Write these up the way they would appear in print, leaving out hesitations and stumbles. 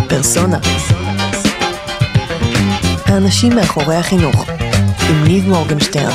פרסונה. האנשים מאחורי החינוך, עם ניב מורגנשטיין.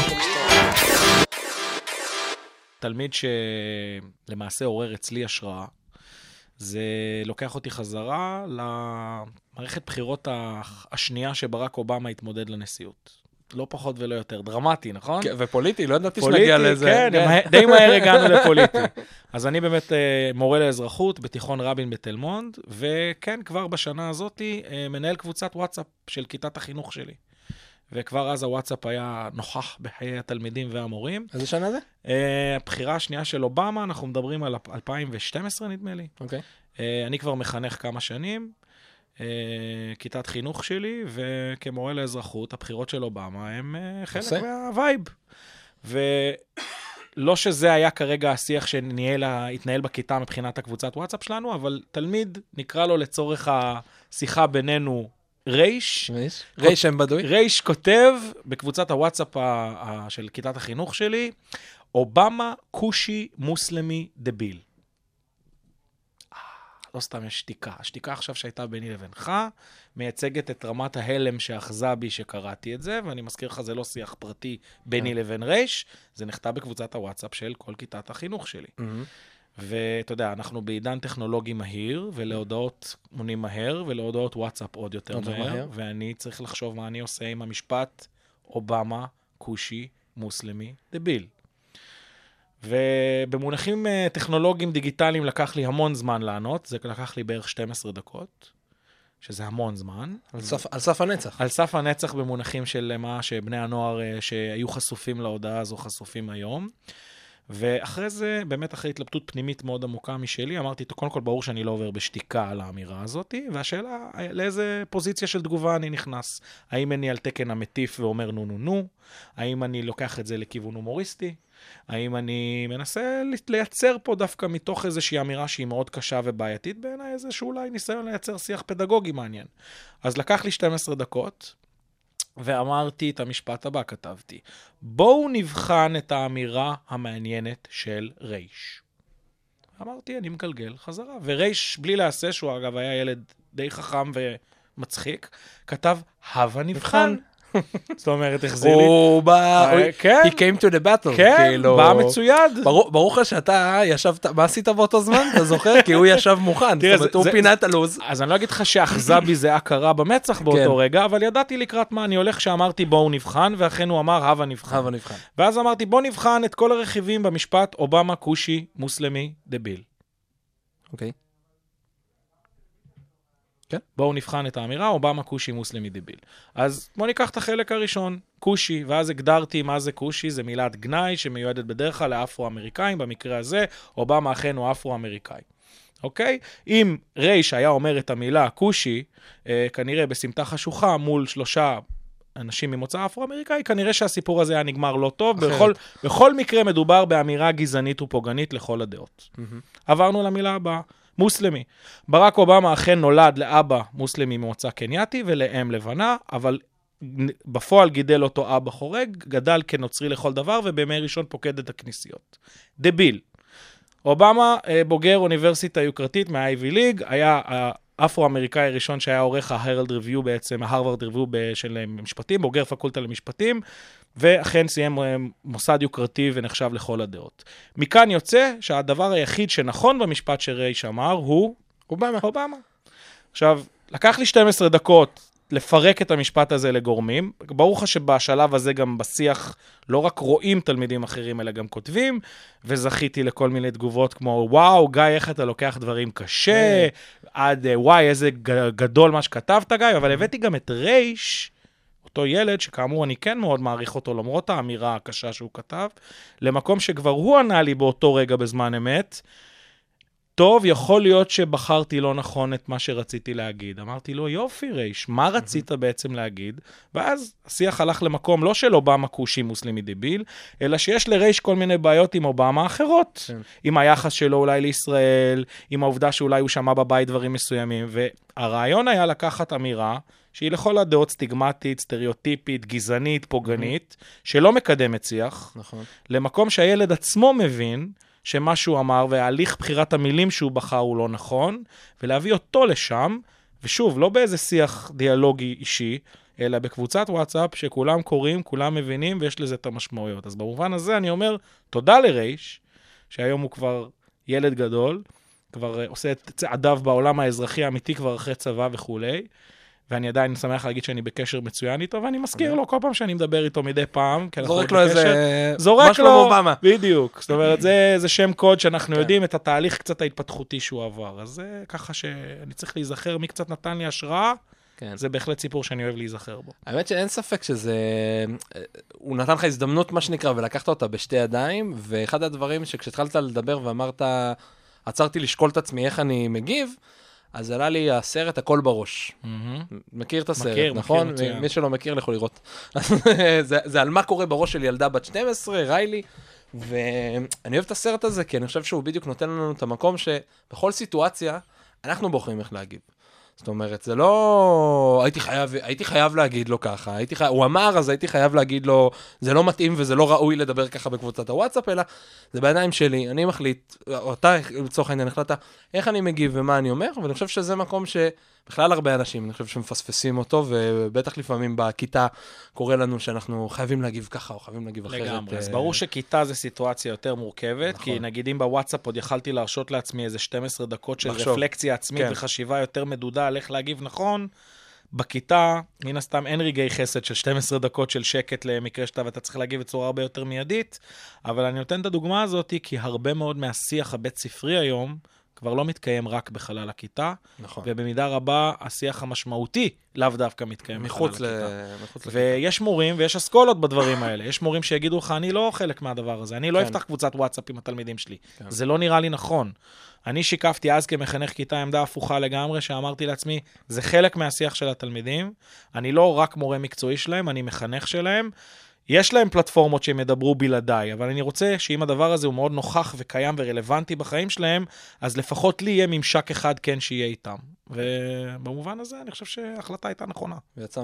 תלמיד שלמעשה עורר אצלי השראה, זה לוקח אותי חזרה למערכת בחירות השנייה שברק אובמה התמודד לנשיאות. לא פחות ולא יותר. דרמטי, נכון? כן, ופוליטי, לא ידעתי שנגיע לזה. כן, די מהר הגענו לפוליטי. אז אני באמת מורה לאזרחות בתיכון רבין בתל מונד, וכן, כבר בשנה הזאת מנהל קבוצת וואטסאפ של כיתת החינוך שלי. וכבר אז הוואטסאפ היה נוכח בחיי התלמידים והמורים. איזה שנה זה? הבחירה השנייה של אובמה, אנחנו מדברים על 2012 נדמה לי. אוקיי. אני כבר מחנך כמה שנים, כיתת חינוך שלי, וכמורה לאזרחות, הבחירות של אובמה הם חלק מהווייב. ולא שזה היה כרגע השיח שהתנהל בכיתה מבחינת הקבוצת וואטסאפ שלנו, אבל תלמיד נקרא לו לצורך השיחה בינינו רייש. שם בדוי. רייש כותב בקבוצת הוואטסאפ של כיתת החינוך שלי, אובמה קושי מוסלמי דביל. לא סתם יש שתיקה. השתיקה עכשיו שהייתה ביני לבינך, מייצגת את רמת ההלם שאחזה בי שקראתי את זה, ואני מזכיר לך, זה לא שיח פרטי ביני לבין רייש, זה נכתב בקבוצת הוואטסאפ של כל כיתת החינוך שלי. ואתה יודע, אנחנו בעידן טכנולוגי מהיר, ולהודעות מונים מהר, ולהודעות וואטסאפ עוד יותר מהר, ואני צריך לחשוב מה אני עושה עם המשפט, אובמה, קושי, מוסלמי, דביל. ובמונחים טכנולוגיים דיגיטליים לקח לי המון זמן לענות, זה לקח לי בערך 12 דקות, שזה המון זמן. על סף הנצח. על סף הנצח במונחים של מה שבני הנוער שהיו חשופים להודעה הזו חשופים היום. ואחרי זה, באמת אחרי התלבטות פנימית מאוד עמוקה משלי, אמרתי, קודם כל ברור שאני לא עובר בשתיקה על האמירה הזאת, והשאלה, לאיזה פוזיציה של תגובה אני נכנס? האם אני על תקן המטיף ואומר נו נו נו? האם אני לוקח את זה לכיוון הומוריסטי? האם אני מנסה לייצר פה דווקא מתוך איזושהי אמירה שהיא מאוד קשה ובעייתית בעיניי, איזשהו אולי ניסיון לייצר שיח פדגוגי מעניין. אז לקח לי 12 דקות, ואמרתי את המשפט הבא, כתבתי, בואו נבחן את האמירה המעניינת של רייש. אמרתי, אני מגלגל חזרה. ורייש, בלי לעשה, שהוא אגב היה ילד די חכם ומצחיק, כתב, הווה נבחן. זאת אומרת, החזיר לי. הוא בא, he came to the battle. כן, בא מצויד. ברור לך שאתה ישבת, מה עשית באותו זמן? אתה זוכר? כי הוא ישב מוכן. זאת אומרת, הוא פינה את הלוז. אז אני לא אגיד לך שאחזה בי זה הכרה במצח באותו רגע, אבל ידעתי לקראת מה אני הולך שאמרתי בואו נבחן, ואכן הוא אמר הווה נבחן. הווה נבחן. ואז אמרתי בואו נבחן את כל הרכיבים במשפט אובמה קושי מוסלמי דביל. אוקיי. כן? בואו נבחן את האמירה, אובמה קושי מוסלמי דביל. אז בואו ניקח את החלק הראשון, קושי, ואז הגדרתי מה זה קושי, זה מילת גנאי שמיועדת בדרך כלל לאפרו-אמריקאים, במקרה הזה, אובמה אכן הוא אפרו-אמריקאי. אוקיי? אם רייש היה אומר את המילה קושי, כנראה בסמטה חשוכה מול 3 אנשים ממוצא אפרו-אמריקאי, כנראה שהסיפור הזה היה נגמר לא טוב, בכל מקרה מדובר באמירה גזענית ופוגענית לכל הדעות. עברנו למילה הבאה. מוסלמי. ברק אובמה אכן נולד לאבא מוסלמי ממוצא קנייתי ולאם לבנה, אבל בפועל גידל אותו אבא חורג, גדל כנוצרי לכל דבר, ובימי ראשון פוקד את הכנסיות. דביל. אובמה בוגר אוניברסיטה יוקרתית מה-Ivy League, היה האפרו-אמריקאי הראשון שהיה עורך ההרווארד ריוויו בעצם, ההרווארד ריוויו של משפטים, בוגר פקולטה למשפטים, ואכן סיים מוסד יוקרתי ונחשב לכל הדעות. מכאן יוצא שהדבר היחיד שנכון במשפט שרייש אמר הוא אובמה. עכשיו, לקח לי 12 דקות לפרק את המשפט הזה לגורמים. ברור לך שבשלב הזה גם בשיח לא רק רואים תלמידים אחרים, אלא גם כותבים, וזכיתי לכל מיני תגובות כמו, וואו, גיא, איך אתה לוקח דברים קשה, עד וואי, איזה גדול מה שכתבת, גיא, אבל הבאתי גם את רייש, אותו ילד, שכאמור אני כן מאוד מעריך אותו, למרות האמירה הקשה שהוא כתב, למקום שכבר הוא ענה לי באותו רגע בזמן אמת, טוב, יכול להיות שבחרתי לא נכון את מה שרציתי להגיד. אמרתי לו, יופי רייש, מה רצית בעצם להגיד? ואז השיח הלך למקום לא של אובמה קושי מוסלמי דביל, אלא שיש לרייש כל מיני בעיות עם אובמה אחרות. עם היחס שלו אולי לישראל, עם העובדה שאולי הוא שמע בבית דברים מסוימים, והרעיון היה לקחת אמירה, שהיא לכל הדעות סטיגמטית, סטריאוטיפית, גזענית, פוגענית, שלא מקדמת שיח, למקום שהילד עצמו מבין, שמה שהוא אמר, וההליך בחירת המילים שהוא בחר הוא לא נכון, ולהביא אותו לשם, ושוב, לא באיזה שיח דיאלוגי אישי, אלא בקבוצת וואטסאפ שכולם קוראים, כולם מבינים, ויש לזה את המשמעויות. אז במובן הזה אני אומר, תודה לרייש, שהיום הוא כבר ילד גדול, כבר עושה את צעדיו בעולם האזרחי האמיתי כבר אחרי צבא וכולי, ואני עדיין שמח להגיד שאני בקשר מצוין איתו, ואני מזכיר לו כל פעם שאני מדבר איתו מדי פעם, זורק לו איזה... זורק לו, בדיוק. זאת אומרת, זה שם קוד שאנחנו יודעים את התהליך קצת ההתפתחותי שהוא עבר. אז זה ככה שאני צריך להיזכר מי קצת נתן לי השראה, זה בהחלט סיפור שאני אוהב להיזכר בו. האמת שאין ספק שזה... הוא נתן לך הזדמנות, מה שנקרא, ולקחת אותה בשתי ידיים, ואחד הדברים שכשהתחלת לדבר ואמרת, עצרתי לשקול את עצמי איך אני מגיב, אז עלה לי הסרט הכל בראש. מכיר את הסרט, נכון? מי שלא מכיר, לכו לראות. זה על מה קורה בראש של ילדה בת 12, ריילי, ואני אוהב את הסרט הזה, כי אני חושב שהוא בדיוק נותן לנו את המקום שבכל סיטואציה, אנחנו בוחרים איך להגיב. זאת אומרת, זה לא... הייתי חייב להגיד לו ככה, הוא אמר, אז הייתי חייב להגיד לו, זה לא מתאים וזה לא ראוי לדבר ככה בקבוצת הוואטסאפ, אלא זה בידיים שלי, אני מחליט, אתה לצורך העניין החלטה, איך אני מגיב ומה אני אומר, ואני חושב שזה מקום שבכלל הרבה אנשים, אני חושב שמפספסים אותו, ובטח לפעמים בכיתה קורה לנו שאנחנו חייבים להגיב ככה, או חייבים להגיב אחרת. לגמרי, אז ברור שכיתה זה סיטואציה יותר מורכבת, כי נגיד אם בוואטסאפ עוד יכלתי להרשות לעצמי איזה 12 דקות של רפלקציה עצמית וחשיבה יותר מדודה על איך להגיב נכון, בכיתה, מן הסתם אין רגעי חסד של 12 דקות של שקט למקרה שאתה ואתה צריך להגיב בצורה הרבה יותר מיידית, אבל אני נותן את הדוגמה הזאת כי הרבה מאוד מהשיח הבית ספרי היום כבר לא מתקיים רק בחלל הכיתה, נכון. ובמידה רבה השיח המשמעותי לאו דווקא מתקיים מחוץ לכיתה. ויש מורים ויש אסכולות בדברים האלה. יש מורים שיגידו לך, אני לא חלק מהדבר הזה, אני לא אפתח קבוצת וואטסאפ עם התלמידים שלי. זה לא נראה לי נכון. אני שיקפתי אז כמחנך כיתה עמדה הפוכה לגמרי, שאמרתי לעצמי, זה חלק מהשיח של התלמידים, אני לא רק מורה מקצועי שלהם, אני מחנך שלהם, יש להם פלטפורמות שהם ידברו בלעדיי, אבל אני רוצה שאם הדבר הזה הוא מאוד נוכח וקיים ורלוונטי בחיים שלהם, אז לפחות לי יהיה ממשק אחד כן שיהיה איתם. ובמובן הזה אני חושב שההחלטה הייתה נכונה.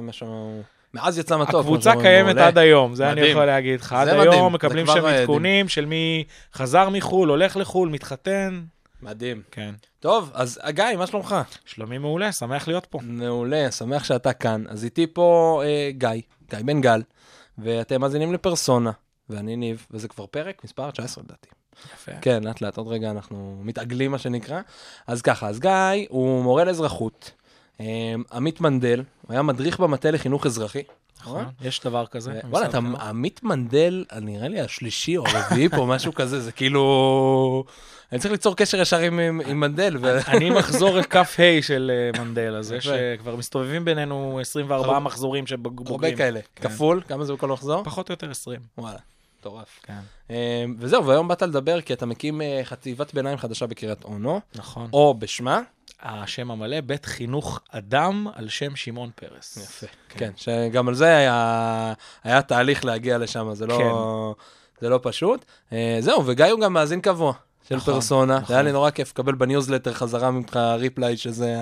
מאז יצא מתוק. הקבוצה קיימת עד היום, זה אני יכול להגיד לך. עד היום מקבלים שם עדכונים של מי חזר מחול, הולך לחול, מתחתן. מדהים. כן. טוב, אז גיא, מה שלומך? שלומי מעולה, שמח להיות פה. מעולה, שמח שאתה כאן. אז איתי פה גיא בן גל, ואתם מאזינים לפרסונה, ואני ניב, וזה כבר פרק מספר 19 לדעתי. יפה. כן, לאט לאט, עוד רגע אנחנו מתעגלים מה שנקרא. אז ככה, אז גיא הוא מורה לאזרחות, עמית מנדל, הוא היה מדריך במטה לחינוך אזרחי. נכון, יש דבר כזה. וואלה, אתה עמית מנדל, נראה לי השלישי או הרביעי פה, משהו כזה, זה כאילו... אני צריך ליצור קשר ישר עם מנדל. אני מחזור את כף ה' של מנדל הזה, שכבר מסתובבים בינינו 24 מחזורים שבוגרים. הרבה כאלה. כפול, כמה זה בכל מחזור? פחות או יותר 20. וואלה, טורף. וזהו, והיום באת לדבר, כי אתה מקים חטיבת ביניים חדשה בקריית אונו. נכון. או בשמה. השם המלא, בית חינוך אדם על שם שמעון פרס. יפה. כן, שגם על זה היה תהליך להגיע לשם, זה לא פשוט. זהו, וגיא הוא גם מאזין קבוע. של פרסונה, זה היה לי נורא כיף, קבל בניוזלטר חזרה ממך ריפליי, שזה...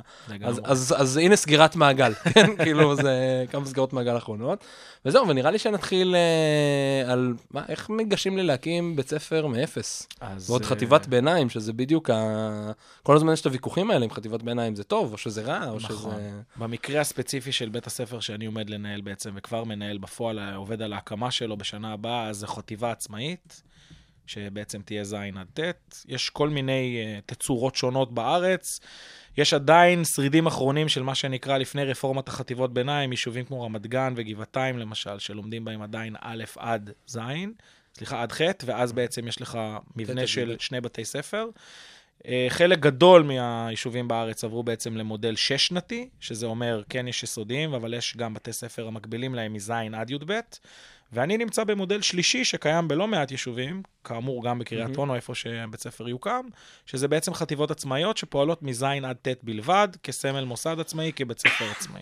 אז הנה סגירת מעגל, כאילו זה כמה סגירות מעגל האחרונות, וזהו, ונראה לי שנתחיל על איך ניגשים לי להקים בית ספר מאפס, ועוד חטיבת ביניים, שזה בדיוק, כל הזמן יש את הוויכוחים האלה עם חטיבת ביניים, זה טוב, או שזה רע, או שזה... במקרה הספציפי של בית הספר שאני עומד לנהל בעצם, וכבר מנהל בפועל, עובד על ההקמה שלו בשנה הבאה, אז זה חטיבה עצמאית, שבעצם תהיה זין עד ת'. יש כל מיני תצורות שונות בארץ. יש עדיין שרידים אחרונים של מה שנקרא לפני רפורמת החטיבות ביניים, יישובים כמו רמת גן וגבעתיים למשל, שלומדים בהם עדיין א' עד ז', עד ח', ואז בעצם יש לך מבנה של שני בתי ספר. חלק גדול מהיישובים בארץ עברו בעצם למודל 6-שנתי, שזה אומר כן יש יסודיים, אבל יש גם בתי ספר המקבילים להם מז' עד י"ב, ואני נמצא במודל שלישי שקיים בלא מעט יישובים, כאמור גם בקריית אונו, איפה שבית ספר יוקם, שזה בעצם חטיבות עצמאיות שפועלות מז' עד ת' בלבד, כסמל מוסד עצמאי, כבית ספר עצמאי.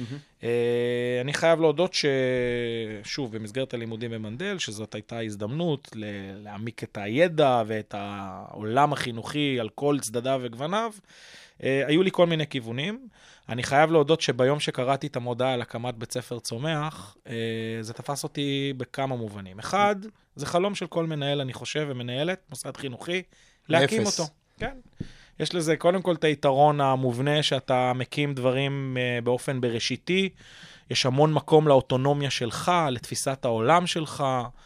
אני חייב להודות ששוב, במסגרת הלימודים במנדל, שזאת הייתה הזדמנות להעמיק את הידע ואת העולם החינוכי על כל צדדיו וגווניו, היו לי כל מיני כיוונים. אני חייב להודות שביום שקראתי את המודעה על הקמת בית ספר צומח, זה תפס אותי בכמה מובנים. אחד, זה חלום של כל מנהל, אני חושב, ומנהלת, מוסד חינוכי, להקים אותו. כן. יש לזה קודם כל את היתרון המובנה שאתה מקים דברים באופן בראשיתי, יש המון מקום לאוטונומיה שלך, לתפיסת העולם שלך,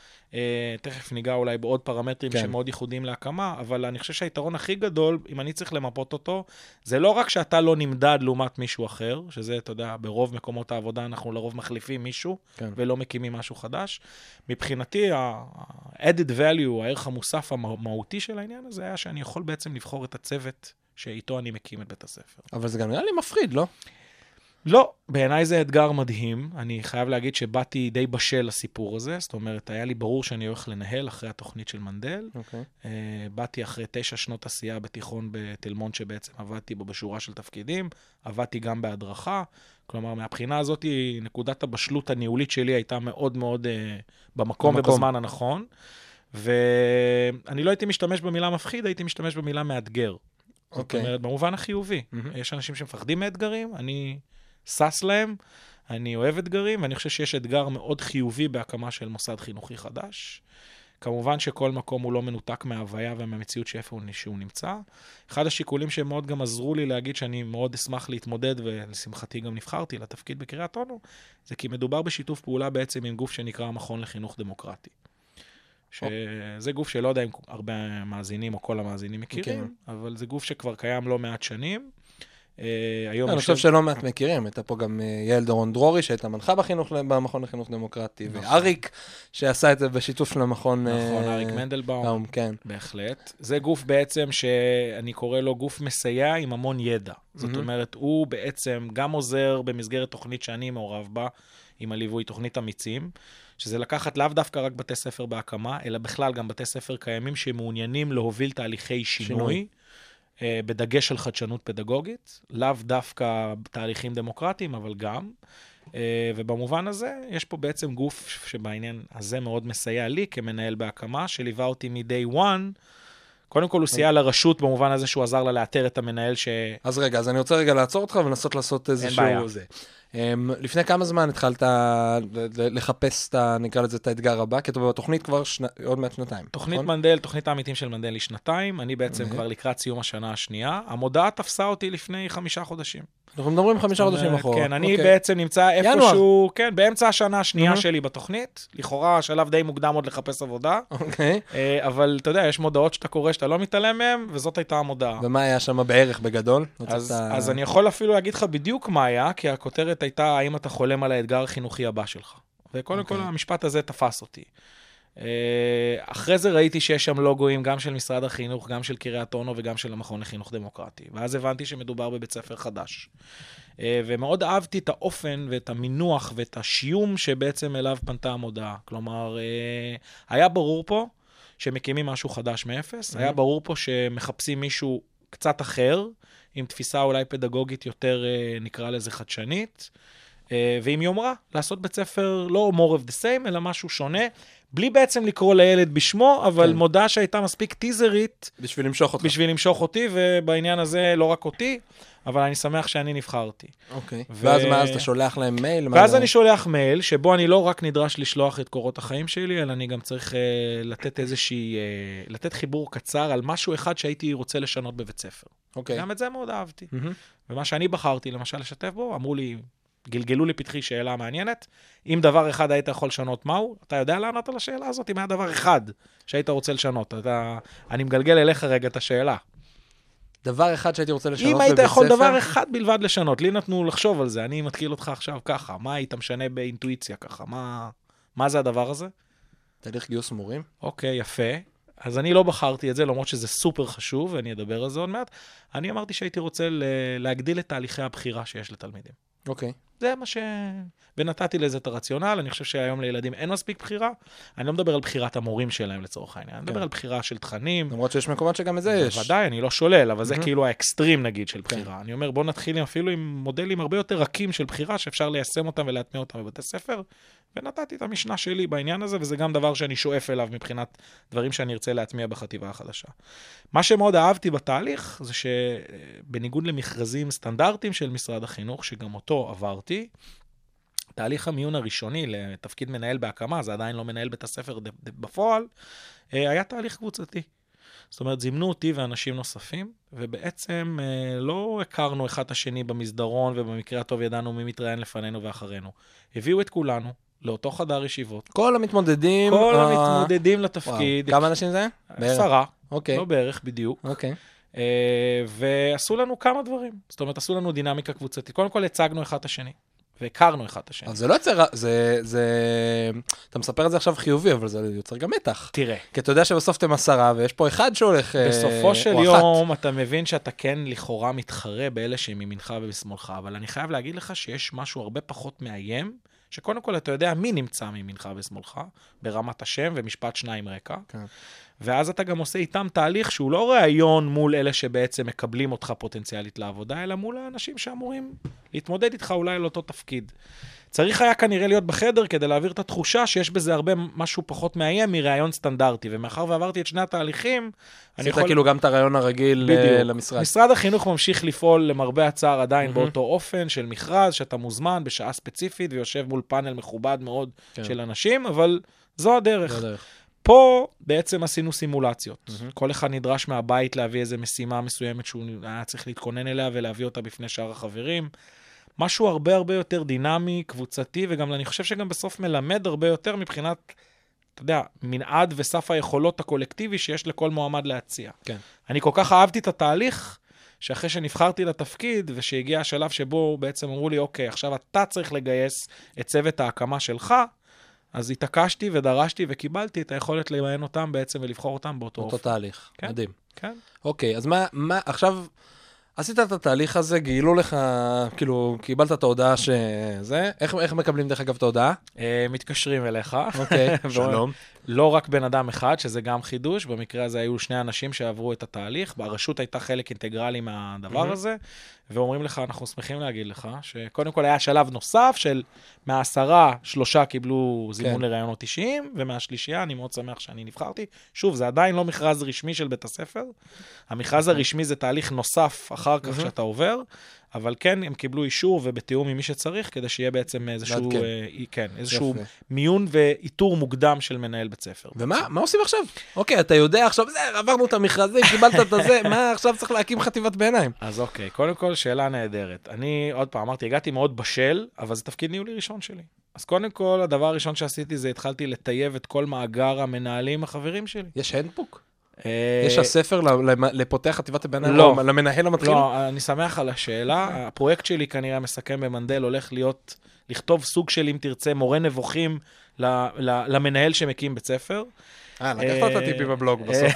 תכף ניגע אולי בעוד פרמטרים שמאוד ייחודיים להקמה, אבל אני חושב שהיתרון הכי גדול, אם אני צריך למפות אותו, זה לא רק שאתה לא נמדד לעומת מישהו אחר, שזה, אתה יודע, ברוב מקומות העבודה אנחנו לרוב מחליפים מישהו, ולא מקימים משהו חדש. מבחינתי, ה-added value, הערך המוסף המהותי של העניין הזה, היה שאני יכול בעצם לבחור את הצוות שאיתו אני מקים את בית הספר. אבל זה גם נראה לי מפחיד, לא? לא, בעיניי זה אתגר מדהים. אני חייב להגיד שבאתי די בשל לסיפור הזה, זאת אומרת, היה לי ברור שאני הולך לנהל אחרי התוכנית של מנדל. באתי אחרי 9 שנות עשייה בתיכון בתל מונד שבעצם עבדתי בו בשורה של תפקידים, עבדתי גם בהדרכה, כלומר, מהבחינה הזאת, נקודת הבשלות הניהולית שלי הייתה מאוד מאוד במקום ובזמן הנכון, ואני לא הייתי משתמש במילה מפחיד, הייתי משתמש במילה מאתגר. זאת אומרת, במובן החיובי. יש אנשים שמפחדים מאתגרים, אני סס להם, אני אוהב אתגרים, ואני חושב שיש אתגר מאוד חיובי בהקמה של מוסד חינוכי חדש. כמובן שכל מקום הוא לא מנותק מההוויה ומהמציאות שאיפה שהוא נמצא. אחד השיקולים שמאוד גם עזרו לי להגיד שאני מאוד אשמח להתמודד, ולשמחתי גם נבחרתי לתפקיד בקריית אונו, זה כי מדובר בשיתוף פעולה בעצם עם גוף שנקרא המכון לחינוך דמוקרטי. שזה גוף שלא יודע אם הרבה מאזינים או כל המאזינים מכירים, אבל זה גוף שכבר קיים לא מעט שנים. אני חושב שלא מעט מכירים, הייתה פה גם יעל דורון דרורי, שהייתה מנחה במכון לחינוך דמוקרטי, ואריק, שעשה את זה בשיתוף של המכון... נכון, אריק מנדלבאום, בהחלט. זה גוף בעצם שאני קורא לו גוף מסייע עם המון ידע. זאת אומרת, הוא בעצם גם עוזר במסגרת תוכנית שאני מעורב בה, עם הליווי תוכנית אמיצים, שזה לקחת לאו דווקא רק בתי ספר בהקמה, אלא בכלל גם בתי ספר קיימים שמעוניינים להוביל תהליכי שינוי, בדגש על חדשנות פדגוגית, לאו דווקא תהליכים דמוקרטיים, אבל גם. ובמובן הזה, יש פה בעצם גוף שבעניין הזה מאוד מסייע לי כמנהל בהקמה, שליווה אותי מ-day one. קודם כל הוא סייע לרשות במובן הזה שהוא עזר לה לאתר את המנהל אז רגע, אז אני רוצה רגע לעצור אותך ולנסות לעשות איזשהו... אין בעיה. לפני כמה זמן התחלת לחפש, נקרא לזה, את האתגר הבא? כי אתה בתוכנית כבר עוד מעט שנתיים. תוכנית מנדל, תוכנית העמיתים של מנדל היא שנתיים, אני בעצם כבר לקראת סיום השנה השנייה. המודעה תפסה אותי לפני 5 חודשים. אנחנו מדברים 5 חודשים אחורה. כן, אני בעצם נמצא איפשהו, כן, באמצע השנה השנייה שלי בתוכנית. לכאורה, שלב די מוקדם עוד לחפש עבודה. אבל אתה יודע, יש מודעות שאתה קורא שאתה לא מתעלם מהם, וזאת הייתה המודעה. ומה היה שם בערך בגדול? אז אני יכול אפילו להגיד לך בדיוק מה היה, כי הכותרת הייתה, האם אתה חולם על האתגר החינוכי הבא שלך. וקודם כל, המשפט הזה תפס אותי. אחרי זה ראיתי שיש שם לוגויים גם של משרד החינוך, גם של קריית אונו וגם של המכון לחינוך דמוקרטי. ואז הבנתי שמדובר בבית ספר חדש. ומאוד אהבתי את האופן ואת המינוח ואת השיום שבעצם אליו פנתה המודעה. כלומר, היה ברור פה שמקימים משהו חדש מאפס, היה ברור פה שמחפשים מישהו קצת אחר, עם תפיסה אולי פדגוגית יותר, נקרא לזה חדשנית, ועם יומרה, לעשות בית ספר לא more of the same, אלא משהו שונה, בלי בעצם לקרוא לילד בשמו, אבל מודעה שהייתה מספיק טיזרית, בשביל למשוך אותך. בשביל למשוך אותי, ובעניין הזה לא רק אותי, אבל אני שמח שאני נבחרתי. אוקיי. ואז מה, אז אתה שולח להם מייל? ואז אני שולח מייל, שבו אני לא רק נדרש לשלוח את קורות החיים שלי, אלא אני גם צריך לתת לתת חיבור קצר על משהו אחד שהייתי רוצה לשנות בבית ספר. אוקיי. גם את זה מאוד אהבתי. ומה שאני בחרתי, למשל, לשתף בו, אמרו לי, גלגלו לי פתחי שאלה מעניינת, אם דבר אחד היית יכול לשנות מהו, אתה יודע לענות על השאלה הזאת? אם היה דבר אחד שהיית רוצה לשנות, אני מגלגל אליך רגע את השאלה. דבר אחד שהייתי רוצה לשנות בבית ספר? אם היית יכול דבר אחד בלבד לשנות, לי נתנו לחשוב על זה, אני מתחיל אותך עכשיו ככה, מה היית משנה באינטואיציה ככה, מה זה הדבר הזה? תהליך גיוס מורים. אוקיי, יפה. אז אני לא בחרתי את זה, למרות שזה סופר חשוב, ואני אדבר על זה עוד מעט. אני אמרתי שהייתי רוצה להגדיל את תהליכי הבחירה שיש לתלמידים. אוקיי. זה מה ונתתי לזה את הרציונל, אני חושב שהיום לילדים אין מספיק בחירה, אני לא מדבר על בחירת המורים שלהם לצורך העניין, אני מדבר על בחירה של תכנים. למרות שיש מקומות שגם את זה יש. בוודאי, אני לא שולל, אבל זה כאילו האקסטרים נגיד של בחירה. אני אומר, בוא נתחיל אפילו עם מודלים הרבה יותר רכים של בחירה, שאפשר ליישם אותם ולהטמיע אותם בבתי ספר, ונתתי את המשנה שלי בעניין הזה, וזה גם דבר שאני שואף אליו מבחינת דברים שאני ארצה להטמיע בחטיבה החדשה. מה שמאוד אהבתי בתהליך, זה שבניגוד למכרזים סטנדרטיים של משרד החינוך, שגם אותו עברתי, תהליך המיון הראשוני לתפקיד מנהל בהקמה, זה עדיין לא מנהל בית הספר בפועל, היה תהליך קבוצתי. זאת אומרת, זימנו אותי ואנשים נוספים, ובעצם לא הכרנו אחד את השני במסדרון, ובמקרה הטוב ידענו מי מתראיין לפנינו ואחרינו. הביאו את כולנו לאותו חדר ישיבות. כל המתמודדים... כל המתמודדים לתפקיד. כמה אנשים זה? 10. אוקיי. לא בערך בדיוק. אוקיי. ועשו לנו כמה דברים. זאת אומרת, עשו לנו דינמיקה קבוצתית. קודם כל הצגנו אחד את השני. והכרנו אחד את השני. אבל זה לא יוצר, אתה מספר את זה עכשיו חיובי, אבל זה יוצר גם מתח. תראה. כי אתה יודע שבסוף אתם 10, ויש פה אחד שהולך, בסופו של יום, אתה מבין שאתה כן לכאורה מתחרה באלה שהם מימינך ובשמאלך, אבל אני חייב להגיד לך שיש משהו הרבה פחות מאיים, שקודם כל אתה יודע מי נמצא מימינך ושמאלך, ברמת השם ומשפט 2 רקע. כן. ואז אתה גם עושה איתם תהליך שהוא לא ראיון מול אלה שבעצם מקבלים אותך פוטנציאלית לעבודה, אלא מול האנשים שאמורים להתמודד איתך אולי על אותו תפקיד. צריך היה כנראה להיות בחדר כדי להעביר את התחושה שיש בזה הרבה משהו פחות מאיים מראיון סטנדרטי, ומאחר ועברתי את שני התהליכים, אני יכול... כאילו גם את הרעיון הרגיל למשרד. משרד החינוך ממשיך לפעול למרבה הצער עדיין באותו אופן של מכרז, שאתה מוזמן בשעה ספציפית ויושב מול פאנל מכובד מאוד של אנשים, אבל זו הדרך. פה בעצם עשינו סימולציות. כל אחד נדרש מהבית להביא איזו משימה מסוימת שהוא היה צריך להתכונן אליה ולהביא אותה בפני שאר החברים. משהו הרבה הרבה יותר דינמי, קבוצתי, וגם אני חושב שגם בסוף מלמד הרבה יותר מבחינת, אתה יודע, מנעד וסף היכולות הקולקטיבי שיש לכל מועמד להציע. כן. אני כל כך אהבתי את התהליך, שאחרי שנבחרתי לתפקיד, ושהגיע השלב שבו בעצם אמרו לי, אוקיי, עכשיו אתה צריך לגייס את צוות ההקמה שלך, אז התעקשתי ודרשתי וקיבלתי את היכולת להימען אותם בעצם ולבחור אותם באותו אופן. אותו תהליך, כן, מדהים. כן. אוקיי, אז מה, עכשיו, עשית את התהליך הזה, גילו לך, כאילו, קיבלת את ההודעה שזה, איך מקבלים דרך אגב את ההודעה? מתקשרים אליך. אוקיי, שלום. לא רק בן אדם אחד, שזה גם חידוש, במקרה הזה היו 2 אנשים שעברו את התהליך, הרשות הייתה חלק אינטגרלי מהדבר הזה, ואומרים לך, אנחנו שמחים להגיד לך, שקודם כל היה שלב נוסף של מה10, 3 קיבלו זימון לראיונות אישיים, ומהשלישייה אני מאוד שמח שאני נבחרתי. שוב, זה עדיין לא מכרז רשמי של בית הספר, המכרז הרשמי זה תהליך נוסף אחר כך שאתה עובר, אבל כן, הם קיבלו אישור ובתיאום עם מי שצריך, כדי שיהיה בעצם איזשהו מיון ואיתור מוקדם של מנהל בית ספר. ומה עושים עכשיו? אוקיי, אתה יודע עכשיו, עברנו את המכרזים, קיבלת את זה, מה עכשיו צריך להקים חטיבת ביניים? אז אוקיי, קודם כל, שאלה נהדרת. אני, עוד פעם, אמרתי, הגעתי מאוד בשל, אבל זה תפקיד ניהולי ראשון שלי. אז קודם כל, הדבר הראשון שעשיתי זה התחלתי לטייב את כל מאגר המנהלים החברים שלי. יש הנדבוק? יש הספר לפותח חטיבת הביניים? לא. למנהל המתחיל? לא, אני שמח על השאלה. הפרויקט שלי כנראה מסכם במנדל, הולך לכתוב סוג של, אם תרצה, מורה נבוכים למנהל שמקים בית ספר. לקחת את הטיפי בבלוג בסוף.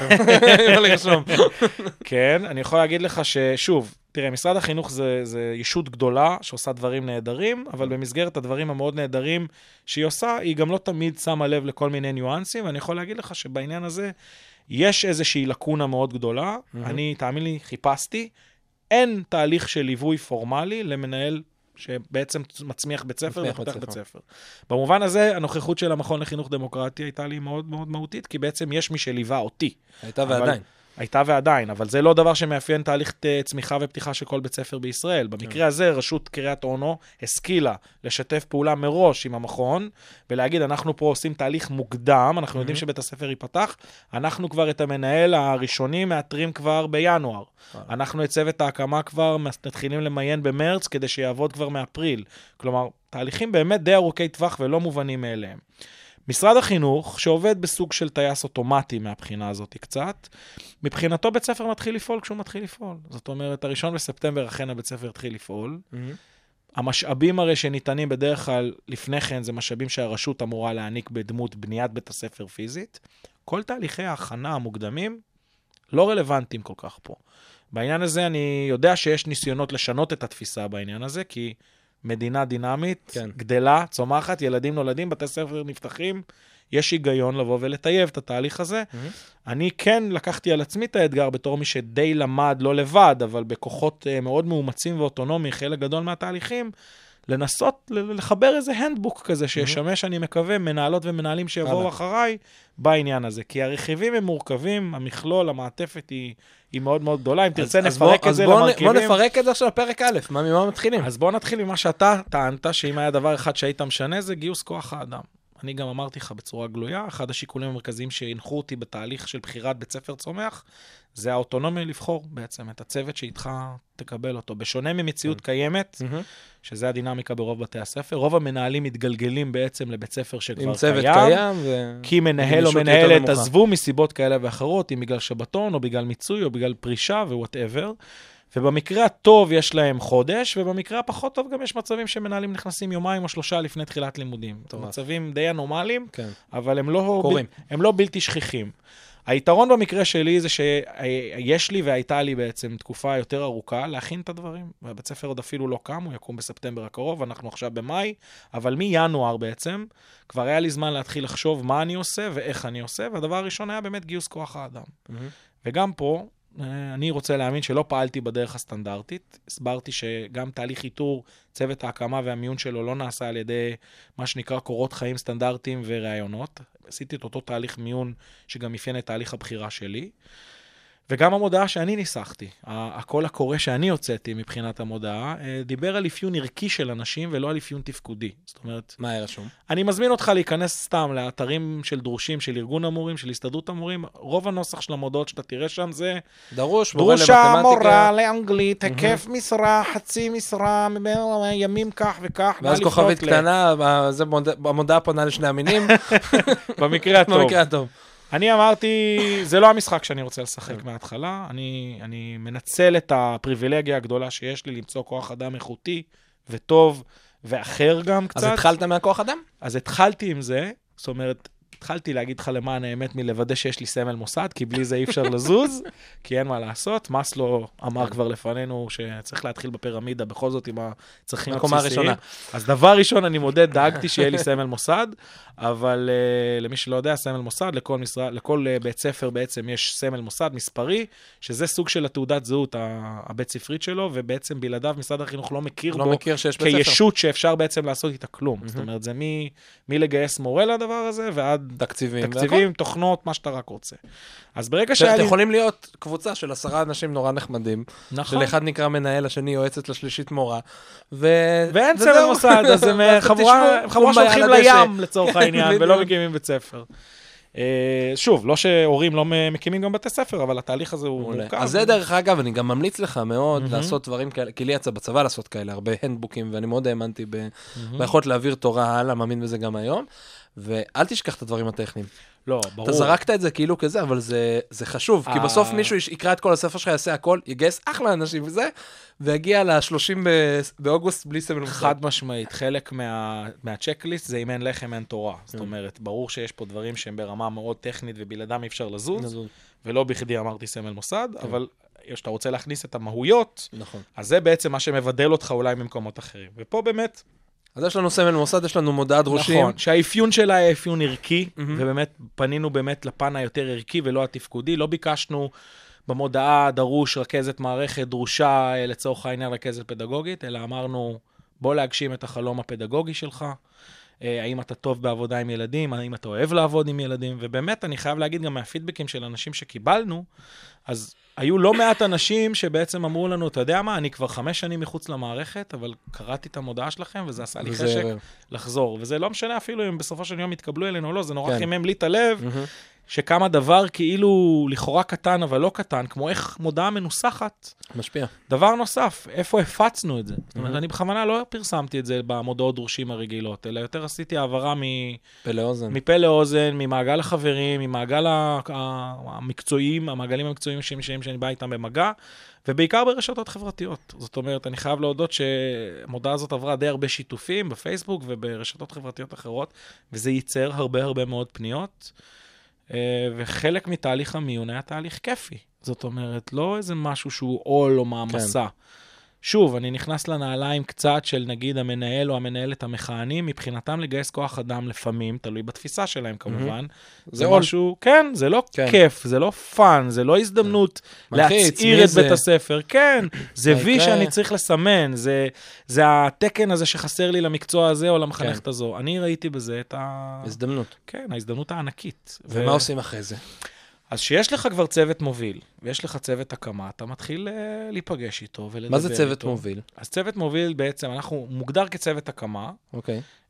כן, אני יכול להגיד לך ששוב, תראה, משרד החינוך זה ישות גדולה שעושה דברים נהדרים, אבל במסגרת הדברים המאוד נהדרים שהיא עושה, היא גם לא תמיד שמה לב לכל מיני ניואנסים, ואני יכול להגיד לך שבעניין הזה יש איזושהי לקונה מאוד גדולה. אני, תאמין לי, חיפשתי. אין תהליך של ליווי פורמלי למנהל שבעצם מצמיח בית ספר ופותח בית ספר. במובן הזה, הנוכחות של המכון לחינוך דמוקרטי הייתה לי מאוד מאוד מהותית, כי בעצם יש מי שליווה אותי. הייתה ועדיין, אבל זה לא דבר שמאפיין תהליך צמיחה ופתיחה של כל בית ספר בישראל. במקרה הזה, רשות קריית אונו השכילה לשתף פעולה מראש עם המכון, ולהגיד, אנחנו פה עושים תהליך מוקדם, אנחנו יודעים שבית הספר ייפתח, אנחנו כבר את המנהל הראשוני מאתרים כבר בינואר. אנחנו את צוות ההקמה כבר מתחילים למיין במרץ, כדי שיעבוד כבר מאפריל. כלומר, תהליכים באמת די ארוכי טווח ולא מובנים מאליהם. משרד החינוך, שעובד בסוג של טייס אוטומטי מהבחינה הזאת קצת, מבחינתו בית ספר מתחיל לפעול כשהוא מתחיל לפעול. זאת אומרת, 1 בספטמבר אכן הבית ספר התחיל לפעול. המשאבים הרי שניתנים בדרך כלל לפני כן, זה משאבים שהרשות אמורה להעניק בדמות בניית בית הספר פיזית. כל תהליכי ההכנה המוקדמים לא רלוונטיים כל כך פה. בעניין הזה אני יודע שיש ניסיונות לשנות את התפיסה בעניין הזה, כי מדינה דינמית, גדלה, צומחת, ילדים נולדים, בתי ספר נפתחים, יש היגיון לבוא ולטייב את התהליך הזה. אני כן לקחתי על עצמי את האתגר בתור מי שדי למד, לא לבד, אבל בכוחות מאוד מאומצים ואוטונומי, חלק גדול מהתהליכים, לנסות לחבר איזה הנדבוק כזה, שישמש, אני מקווה, מנהלות ומנהלים שיבואו אחריי בעניין הזה. כי הרכיבים הם מורכבים, המכלול, המעטפת היא מאוד מאוד גדולה. אם תרצה נפרק את זה למרכיבים. בוא נפרק את זה עכשיו לפרק א', ממה מתחילים? אז בוא נתחיל ממה שאתה טענת, שאם היה דבר אחד שהיית משנה, זה גיוס כוח האדם. אני גם אמרתי לך בצורה גלויה, אחד השיקולים המרכזיים שהנחו אותי בתהליך של בחירת בית ספר צומח, זה האוטונומיה לבחור בעצם את הצוות שאיתך תקבל אותו. בשונה ממציאות קיימת, שזה הדינמיקה ברוב בתי הספר, רוב המנהלים מתגלגלים בעצם לבית ספר שכבר קיים. עם צוות קיים. כי מנהל או מנהלת עזבו מסיבות כאלה ואחרות, אם בגלל שבתון או בגלל מיצוי או בגלל פרישה ו-whatever. ובמקרה הטוב יש להם חודש, ובמקרה הפחות טוב גם יש מצבים שמנהלים נכנסים יומיים או 3 לפני תחילת לימודים. מצבים די אנומליים, אבל הם לא בלתי שכיחים. היתרון במקרה שלי זה שיש לי והייתה לי בעצם תקופה יותר ארוכה להכין את הדברים. והבית ספר עוד אפילו לא קם, הוא יקום בספטמבר הקרוב, אנחנו עכשיו במאי, אבל מינואר בעצם, כבר היה לי זמן להתחיל לחשוב מה אני עושה ואיך אני עושה, והדבר הראשון היה באמת גיוס כוח האדם. וגם פה, אני רוצה להאמין שלא פעלתי בדרך הסטנדרטית, הסברתי שגם תהליך איתור צוות ההקמה והמיון שלו לא נעשה על ידי מה שנקרא קורות חיים סטנדרטיים ורעיונות, עשיתי את אותו תהליך מיון שגם אפיין את תהליך הבחירה שלי, וגם המודעה שאני ניסחתי, הקול הקורא שאני הוצאתי מבחינת המודעה, דיבר על אפיון ערכי של אנשים ולא על אפיון תפקודי. זאת אומרת, מה היה רשום? אני מזמין אותך להיכנס סתם לאתרים של דרושים, של ארגון המורים, של הסתדרות המורים, רוב הנוסח של המודעות שאתה תראה שם זה דרושה, מורה לאנגלית, היקף משרה, חצי משרה, ימים כך וכך. ואז כוכבית קטנה, המודעה פונה לשני המינים. במקרה הטוב. אני אמרתי, זה לא המשחק שאני רוצה לשחק מההתחלה, אני מנצל את הפריבילגיה הגדולה שיש לי למצוא כוח אדם איכותי וטוב ואחר גם קצת. אז התחלת מהכוח אדם? אז התחלתי עם זה, זאת אומרת, התחלתי להגיד לך למען האמת מלוודא שיש לי סמל מוסד, כי בלי זה אי אפשר לזוז, כי אין מה לעשות. מסלו אמר כבר לפנינו שצריך להתחיל בפירמידה בכל זאת עם הצרכים הבסיסיים. אז דבר ראשון, אני מודה, דאגתי שיהיה לי סמל מוסד, אבל למי שלא יודע, סמל מוסד, לכל בית ספר בעצם יש סמל מוסד מספרי, שזה סוג של התעודת זהות הבית ספרית שלו, ובעצם בלעדיו משרד החינוך לא מכיר בו כישות שאפשר בעצם לעשות איתה כלום. זאת אומרת, זה מי לגייס מורה לדבר הזה, ועד תקציבים, תוכנות, מה שאתה רק רוצה. אז ברגע שהיה לי... יכולים להיות קבוצה של 10 אנשים נורא נחמדים, של אחד נקרא מנהל, השני יועצת לשלישית מורה, ואין סמל מוסד, אז הם חבורה שהולכים לים לצורך העניין, ולא מקימים בית ספר. שוב, לא שהורים לא מקימים גם בתי ספר, אבל התהליך הזה הוא מורכב. אז זה דרך אגב, אני גם ממליץ לך מאוד לעשות דברים כאלה, כי לי יצא בצבא לעשות כאלה, הרבה הנדבוקים, ואני מאוד האמנתי ביכולת להעביר תורה הלאה, מאמין בזה גם היום, ואל תשכח את הדברים הטכניים. לא, ברור. אתה זרקת את זה כאילו כזה, אבל זה חשוב, כי בסוף מישהו יקרא את כל הספר שלך, יעשה הכל, יגייס אחלה אנשים וזה, ויגיע ל-30 באוגוסט בלי סמל מוסד. חד משמעית, חלק מהצ'קליסט זה אם אין לחם אין תורה. זאת אומרת, ברור שיש פה דברים שהם ברמה מאוד טכנית ובלעדם אי אפשר לזוז, ולא בכדי אמרתי סמל מוסד, אבל שאתה רוצה להכניס את המהויות, אז זה בעצם מה שמבדל אותך אולי ממקומות אחרים. ופה באמת... אז יש לנו סמל מוסד, יש לנו מודעה דרושים. נכון, שהאפיון שלה היה אפיון ערכי, ובאמת פנינו באמת לפן היותר ערכי ולא התפקודי, לא ביקשנו במודעה דרוש רכזת מערכת, דרושה לצורך העניין רכזת פדגוגית, אלא אמרנו בוא להגשים את החלום הפדגוגי שלך, האם אתה טוב בעבודה עם ילדים, האם אתה אוהב לעבוד עם ילדים, ובאמת אני חייב להגיד גם מהפידבקים של אנשים שקיבלנו, אז היו לא מעט אנשים שבעצם אמרו לנו, אתה יודע מה, אני כבר 5 שנים מחוץ למערכת, אבל קראתי את המודעה שלכם, וזה עשה לי חשק לחזור. וזה לא משנה אפילו אם בסופו של יום יתקבלו אלינו או לא, זה נורא חימם לי את הלב, שכמה דבר כאילו לכאורה קטן, אבל לא קטן, כמו איך מודעה מנוסחת. משפיע. דבר נוסף, איפה הפצנו את זה? זאת אומרת, אני בכוונה לא פרסמתי את זה במודעות דרושים הרגילות, אלא יותר עשיתי העברה מפה לאוזן, ממעגל החברים, ממעגל המקצועיים, המעגלים המקצועיים שאני בא איתם במגע, ובעיקר ברשתות חברתיות. זאת אומרת, אני חייב להודות שהמודעה הזאת עברה די הרבה שיתופים בפייסבוק וברשתות חברתיות אחרות, וזה ייצר הרבה מאוד פניות. וחלק מתהליך המיון היה תהליך כיפי. זאת אומרת, לא איזה משהו שהוא עול או מעמסה. שוב, אני נכנס לנעליים קצת של נגיד המנהל או המנהלת המכהנים, מבחינתם לגייס כוח אדם לפעמים, תלוי בתפיסה שלהם כמובן. זה משהו, כן, זה לא כיף, זה לא פאן, זה לא הזדמנות להצעיר את בית הספר. כן, זה וי שאני צריך לסמן, זה התקן הזה שחסר לי למקצוע הזה או למחנכת הזו. אני ראיתי בזה את הזדמנות. כן, ההזדמנות הענקית. ומה עושים אחרי זה? אז שיש לך כבר צוות מוביל, ויש לך צוות הקמה, אתה מתחיל להיפגש איתו ולדבר איתו. מה זה צוות מוביל? אז צוות מוביל בעצם, אנחנו מוגדר כצוות הקמה. אוקיי.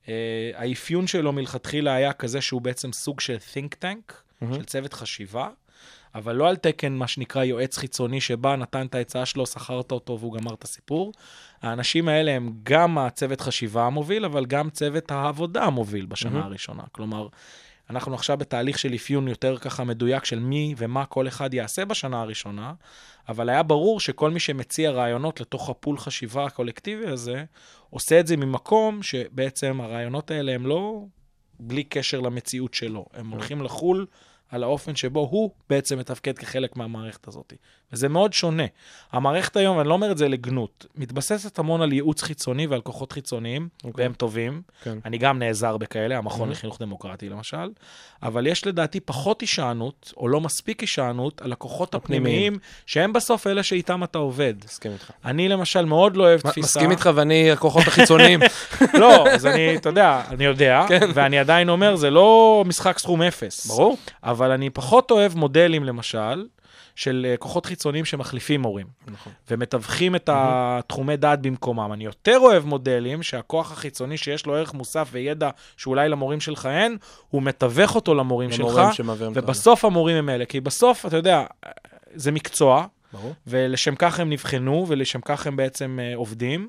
האפיון שלו מלכתחילה היה כזה שהוא בעצם סוג של think tank, של צוות חשיבה, אבל לא על תקן מה שנקרא יועץ חיצוני שבא, נתן את ההצעה שלו, שכרת אותו והוא גמר את הסיפור. האנשים האלה הם גם הצוות חשיבה המוביל, אבל גם צוות העבודה המוביל בשנה הראשונה. כלומר, אנחנו עכשיו בתהליך של אפיון יותר ככה מדויק של מי ומה כל אחד יעשה בשנה הראשונה, אבל היה ברור שכל מי שמציע רעיונות לתוך הפול חשיבה הקולקטיבי הזה, עושה את זה ממקום שבעצם הרעיונות האלה הם לא בלי קשר למציאות שלו. הם הולכים לחול על האופן שבו הוא בעצם מתפקד כחלק מהמערכת הזאת. וזה מאוד שונה. המערכת היום, אני לא אומר את זה לגנות, מתבססת המון על ייעוץ חיצוני ועל כוחות חיצוניים, והם טובים. אני גם נעזר בכאלה, המכון לחינוך דמוקרטי למשל, אבל יש לדעתי פחות הישענות, או לא מספיק הישענות, על הכוחות הפנימיים, שהם בסוף אלה שאיתם אתה עובד. מסכים איתך. אני למשל מאוד לא אוהב תפיסה... מסכים איתך ואני הכוחות החיצוניים. לא, אז אני, אתה יודע, אני יודע, ואני עדיין אומר, זה לא משחק סכום אפס. ברור. אבל אני פחות אוהב מודלים, למשל, של כוחות חיצוניים שמחליפים מורים. נכון. ומתווכים את התחומי דעת במקומם. אני יותר אוהב מודלים שהכוח החיצוני שיש לו ערך מוסף וידע שאולי למורים שלך אין, הוא מתווך אותו למורים שלך, ובסוף המורים הם אלה. כי בסוף, אתה יודע, זה מקצוע, ולשם כך הם נבחנו, ולשם כך הם בעצם עובדים,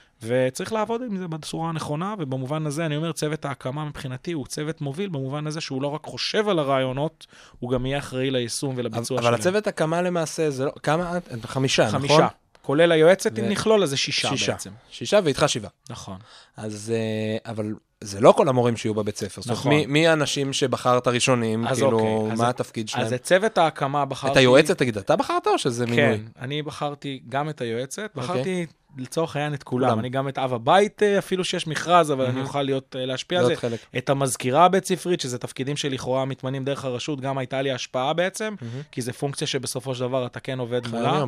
וצריך לעבוד עם זה בצורה הנכונה, ובמובן הזה אני אומר, צוות ההקמה מבחינתי הוא צוות מוביל, במובן הזה שהוא לא רק חושב על הרעיונות, הוא גם יהיה אחראי ליישום ולביצוע שלהם. אבל הצוות הקמה למעשה, זה לא, כמה? 5, נכון? 5. כולל היועצת, אם נכלול, אז זה 6 בעצם. 6 ואיתך 7. נכון. אז, אבל זה לא כל המורים שיהיו בבית ספר. נכון. מי האנשים שבחרת ראשונים, כאילו, מה התפקיד שלהם? אז את צוות ההקמה בחרתי... את היועצת, תגיד, אתה בחרת או שזה מינוי? כן, אני בחרתי גם את היועצת, בחרתי לצורך העניין את כולם. אני גם את אב הבית, אפילו שיש מכרז, אבל אני אוכל להשפיע על זה. את המזכירה הבית ספרית, שזה תפקידים שלכאורה מתמנים דרך הרשות, גם הייתה לי השפעה בעצם, כי זה פונקציה שבסופו של דבר אתה כן עובד מולה.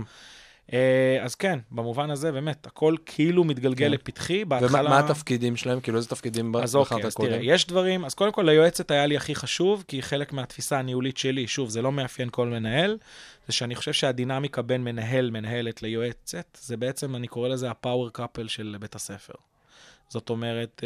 אז כן, במובן הזה באמת, הכל כאילו מתגלגל לפתחי. ומה התפקידים שלהם? כאילו איזה תפקידים בחרת הקודם? אז אוקיי, אז תראה, יש דברים, אז קודם כל ליועצת היה לי הכי חשוב, כי חלק מהתפיסה הניהולית שלי, שוב, זה לא מאפיין כל מנהל, זה שאני חושב שהדינמיקה בין מנהלת ליועצת, זה בעצם, אני קורא לזה הפאוור קאפל של בית הספר. זאת אומרת,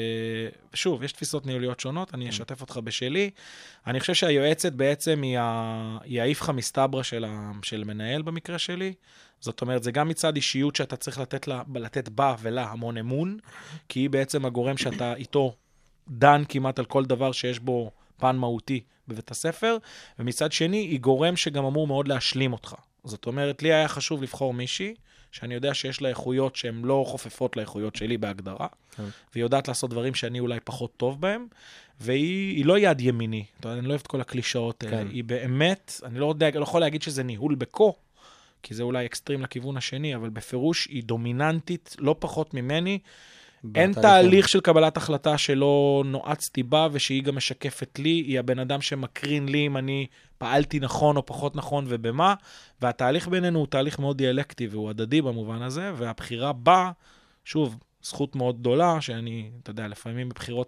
שוב, יש תפיסות ניהוליות שונות, אני אשתף אותך בשלי. אני חושב שהיועצת בעצם היא האיפכא מסתברא של מנהל במקרה שלי. זאת אומרת, זה גם מצד אישיות שאתה צריך לתת בה ולה המון אמון, כי היא בעצם הגורם שאתה איתו דן כמעט על כל דבר שיש בו פן מהותי בבית הספר, ומצד שני, היא גורם שגם אמור מאוד להשלים אותך. זאת אומרת, לי היה חשוב לבחור מישהי, שאני יודע שיש לה איכויות שהן לא חופפות לאיכויות שלי בהגדרה, והיא יודעת לעשות דברים שאני אולי פחות טוב בהם, והיא לא יד ימיני, אני לא אוהב את כל הקלישאות האלה, היא באמת, אני לא יכול להגיד שזה ניהול בקו, כי זה אולי אקסטרים לכיוון השני, אבל בפירוש היא דומיננטית לא פחות ממני, אין תהליך של קבלת החלטה שלא נועצתי בה, ושהיא גם משקפת לי, היא הבן אדם שמקרין לי אם אני פעלתי נכון או פחות נכון ובמה, והתהליך בינינו הוא תהליך מאוד דיאלקטי, והוא הדדי במובן הזה, והבחירה בה, שוב, זכות מאוד גדולה, שאני, אתה יודע, לפעמים בבחירות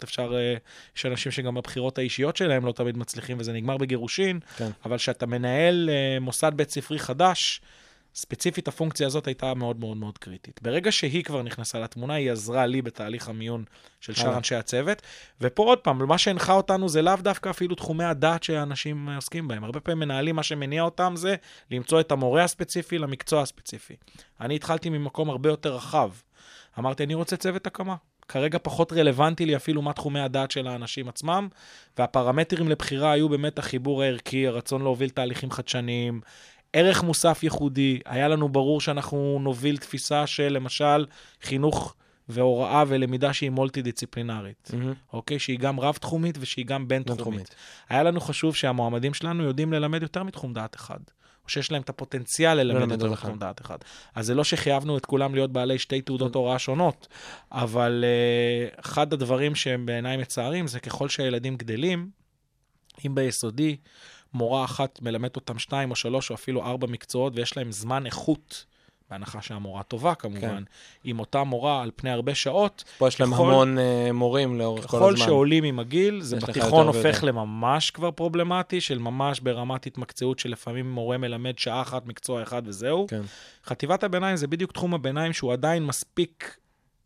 יש אנשים שגם בבחירות האישיות שלהם לא תמיד מצליחים, וזה נגמר בגירושין, אבל שאתה מנהל מוסד בית ספרי חדש, ספציפית הפונקציה הזאת הייתה מאוד מאוד מאוד קריטית. ברגע שהיא כבר נכנסה לתמונה, היא עזרה לי בתהליך המיון של שאר אנשי הצוות, ופה עוד פעם, מה שהנחה אותנו זה לאו דווקא אפילו תחומי הדעת שהאנשים עוסקים בהם. הרבה פעמים מנהלים, מה שמניע אותם זה למצוא את המורה הספציפי למקצוע הספציפי. אני התחלתי ממקום הרבה יותר רחב. אמרתי, אני רוצה צוות הקמה. כרגע פחות רלוונטי לי אפילו מה תחומי הדעת של האנשים עצמם, והפרמטרים לבחירה היו באמת החיבור הערכי, הרצון להוביל תהליכים חדשניים, ערך מוסף ייחודי, היה לנו ברור שאנחנו נוביל תפיסה של למשל חינוך והוראה ולמידה שהיא מולטי-דיציפלינרית, אוקיי? שהיא גם רב-תחומית ושהיא גם בין-תחומית. היה לנו חשוב שהמועמדים שלנו יודעים ללמד יותר מתחום דעת אחד, או שיש להם את הפוטנציאל ללמד יותר מתחום דעת אחד. אז זה לא שחייבנו את כולם להיות בעלי 2 תעודות הוראה שונות, אבל אחד הדברים שהם בעיניי מצערים זה ככל שהילדים גדלים, אם ביסודי, מורה אחת מלמד אותם 2 או 3 או אפילו 4 מקצועות, ויש להם זמן איכות, בהנחה שהמורה טובה כמובן, עם אותה מורה על פני הרבה שעות. פה יש להם המון מורים לאורך כל הזמן. ככל שעולים עם הגיל, זה בתיכון הופך לממש כבר פרובלמטי, של ממש ברמת התמקצעות, שלפעמים מורה מלמד שעה אחת, מקצוע אחד וזהו. חטיבת הביניים זה בדיוק תחום הביניים, שהוא עדיין מספיק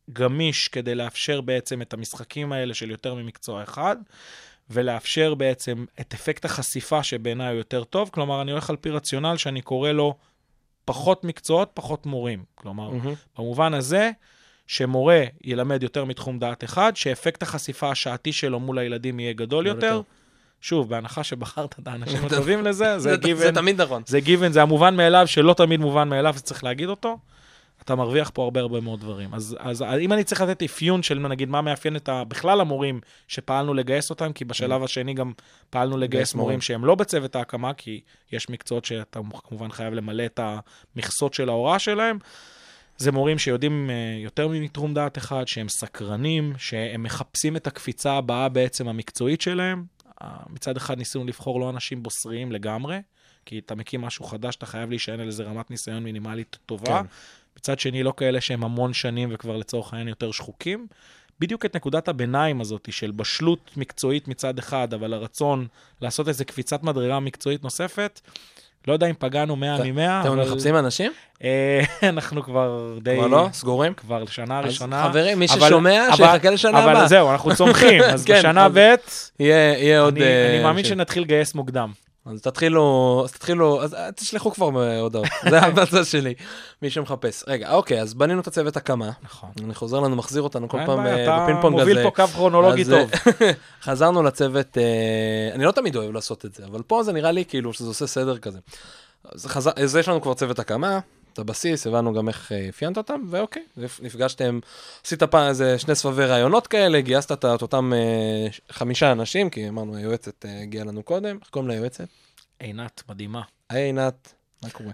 גמיש כדי לאפשר בעצם את המשחקים האלה של יותר ממקצוע אחד, ולאפשר בעצם את אפקט החשיפה שבעיניי הוא יותר טוב. כלומר, אני הולך על פי רציונל שאני קורא לו פחות מקצועות, פחות מורים. כלומר, במובן הזה, שמורה ילמד יותר מתחום דעת אחד, שאפקט החשיפה השעתי שלו מול הילדים יהיה גדול יותר. שוב, בהנחה שבחרת את האנשים הטובים לזה, זה תמיד נכון. זה גיוון, זה המובן מאליו, שלא תמיד מובן מאליו, זה צריך להגיד אותו. אתה מרוויח פה הרבה מאוד דברים. אז אם אני צריך לתת אפיון של, נגיד, מה מאפיין את בכלל המורים שפעלנו לגייס אותם, כי בשלב השני גם פעלנו לגייס מורים שהם לא בצוות ההקמה, כי יש מקצועות שאתה כמובן חייב למלא את המכסות של ההוראה שלהם. זה מורים שיודעים יותר מתחום דעת אחד, שהם סקרנים, שהם מחפשים את הקפיצה הבאה בעצם המקצועית שלהם. מצד אחד ניסינו לבחור לא אנשים בוסריים לגמרי, כי אתה מקים משהו חדש, אתה חייב להישען על איזה רמת ניסיון מינימלית טובה. מצד שני, לא כאלה שהם המון שנים וכבר לצורך העניין יותר שחוקים. בדיוק את נקודת הביניים הזאת של בשלות מקצועית מצד אחד, אבל הרצון לעשות איזו קפיצת מדרגה מקצועית נוספת, לא יודע אם פגענו 100 מ-100. אתם מחפשים אנשים? אנחנו כבר די... כבר לא? סגורים? כבר לשנה ראשונה. חברים, מי ששומע, שיחכה לשנה הבאה. אבל זהו, אנחנו צומחים. אז בשנה ב' יהיה עוד... אני מאמין שנתחיל לגייס מוקדם. אז תתחילו, אז תשלחו כבר הודעות. זה ההמלצה שלי, מי שמחפש. רגע, אוקיי, אז בנינו את הצוות הקמה. נכון. אני חוזר לנו, מחזיר אותנו כל פעם בפינג פונג הזה. אתה מוביל פה קו כרונולוגי טוב. חזרנו לצוות, אני לא תמיד אוהב לעשות את זה, אבל פה זה נראה לי כאילו שזה עושה סדר כזה. אז יש לנו כבר צוות הקמה, את הבסיס, הבנו גם איך אפיינת אותם, ואוקיי, נפגשתם, עשית פעם איזה 2 סבבי רעיונות כאלה, גייסת את אותם 5 אנשים, כי אמרנו, היועצת הגיעה לנו קודם, איך קוראים ליועצת? עינת, מדהימה. עינת, מה קורה?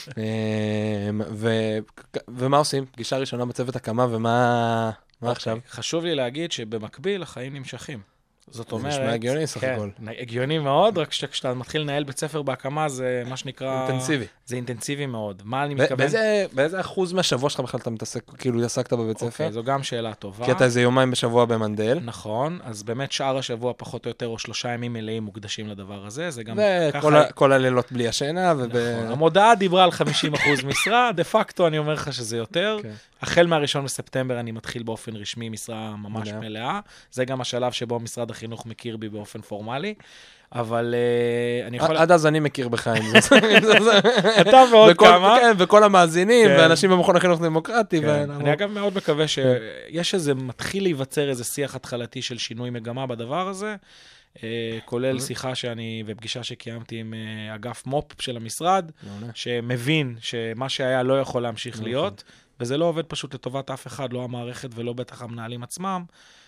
ומה עושים? פגישה ראשונה בצוות הקמה, ומה עכשיו? חשוב לי להגיד שבמקביל החיים נמשכים. זאת אומרת... זה נשמע הגיוני סך הכל. הגיוני מאוד, רק כשאתה מתחיל לנהל בית ספר בהקמה, זה מה שנקרא... אינטנסיבי. זה אינטנסיבי מאוד. מה אני מתכוון? באיזה אחוז מהשבוע שלך בכלל אתה מתעסק, כאילו עסקת בבית ספר? אוקיי, זו גם שאלה טובה. כי אתה איזה יומיים בשבוע במנדל. נכון, אז באמת שאר השבוע פחות או יותר, או 3 ימים מלאים מוקדשים לדבר הזה, זה גם וכל הלילות בלי השינה. נכון, המודעה דיברה על 50% משרה, דה פקטו אני אומר לך שזה יותר. החל מה-1 בספטמבר אני מתחיל באופן רשמי משרה ממש מלאה. זה גם השלב שבו משרד החינוך מכיר בי באופן פורמלי. אבל אני יכול... עד אז אני מכיר בך עם זה. אתה ועוד כמה. וכל המאזינים, ואנשים במכון החינוך דמוקרטי. אני אגב מאוד מקווה שיש איזה, מתחיל להיווצר איזה שיח התחלתי של שינוי מגמה בדבר הזה, כולל שיחה ופגישה שקיימתי עם אגף מופ של המשרד, שמבין שמה שהיה לא יכול להמשיך להיות, וזה לא עובד פשוט לטובת אף אחד, לא המערכת ולא בטח המנהלים עצמם,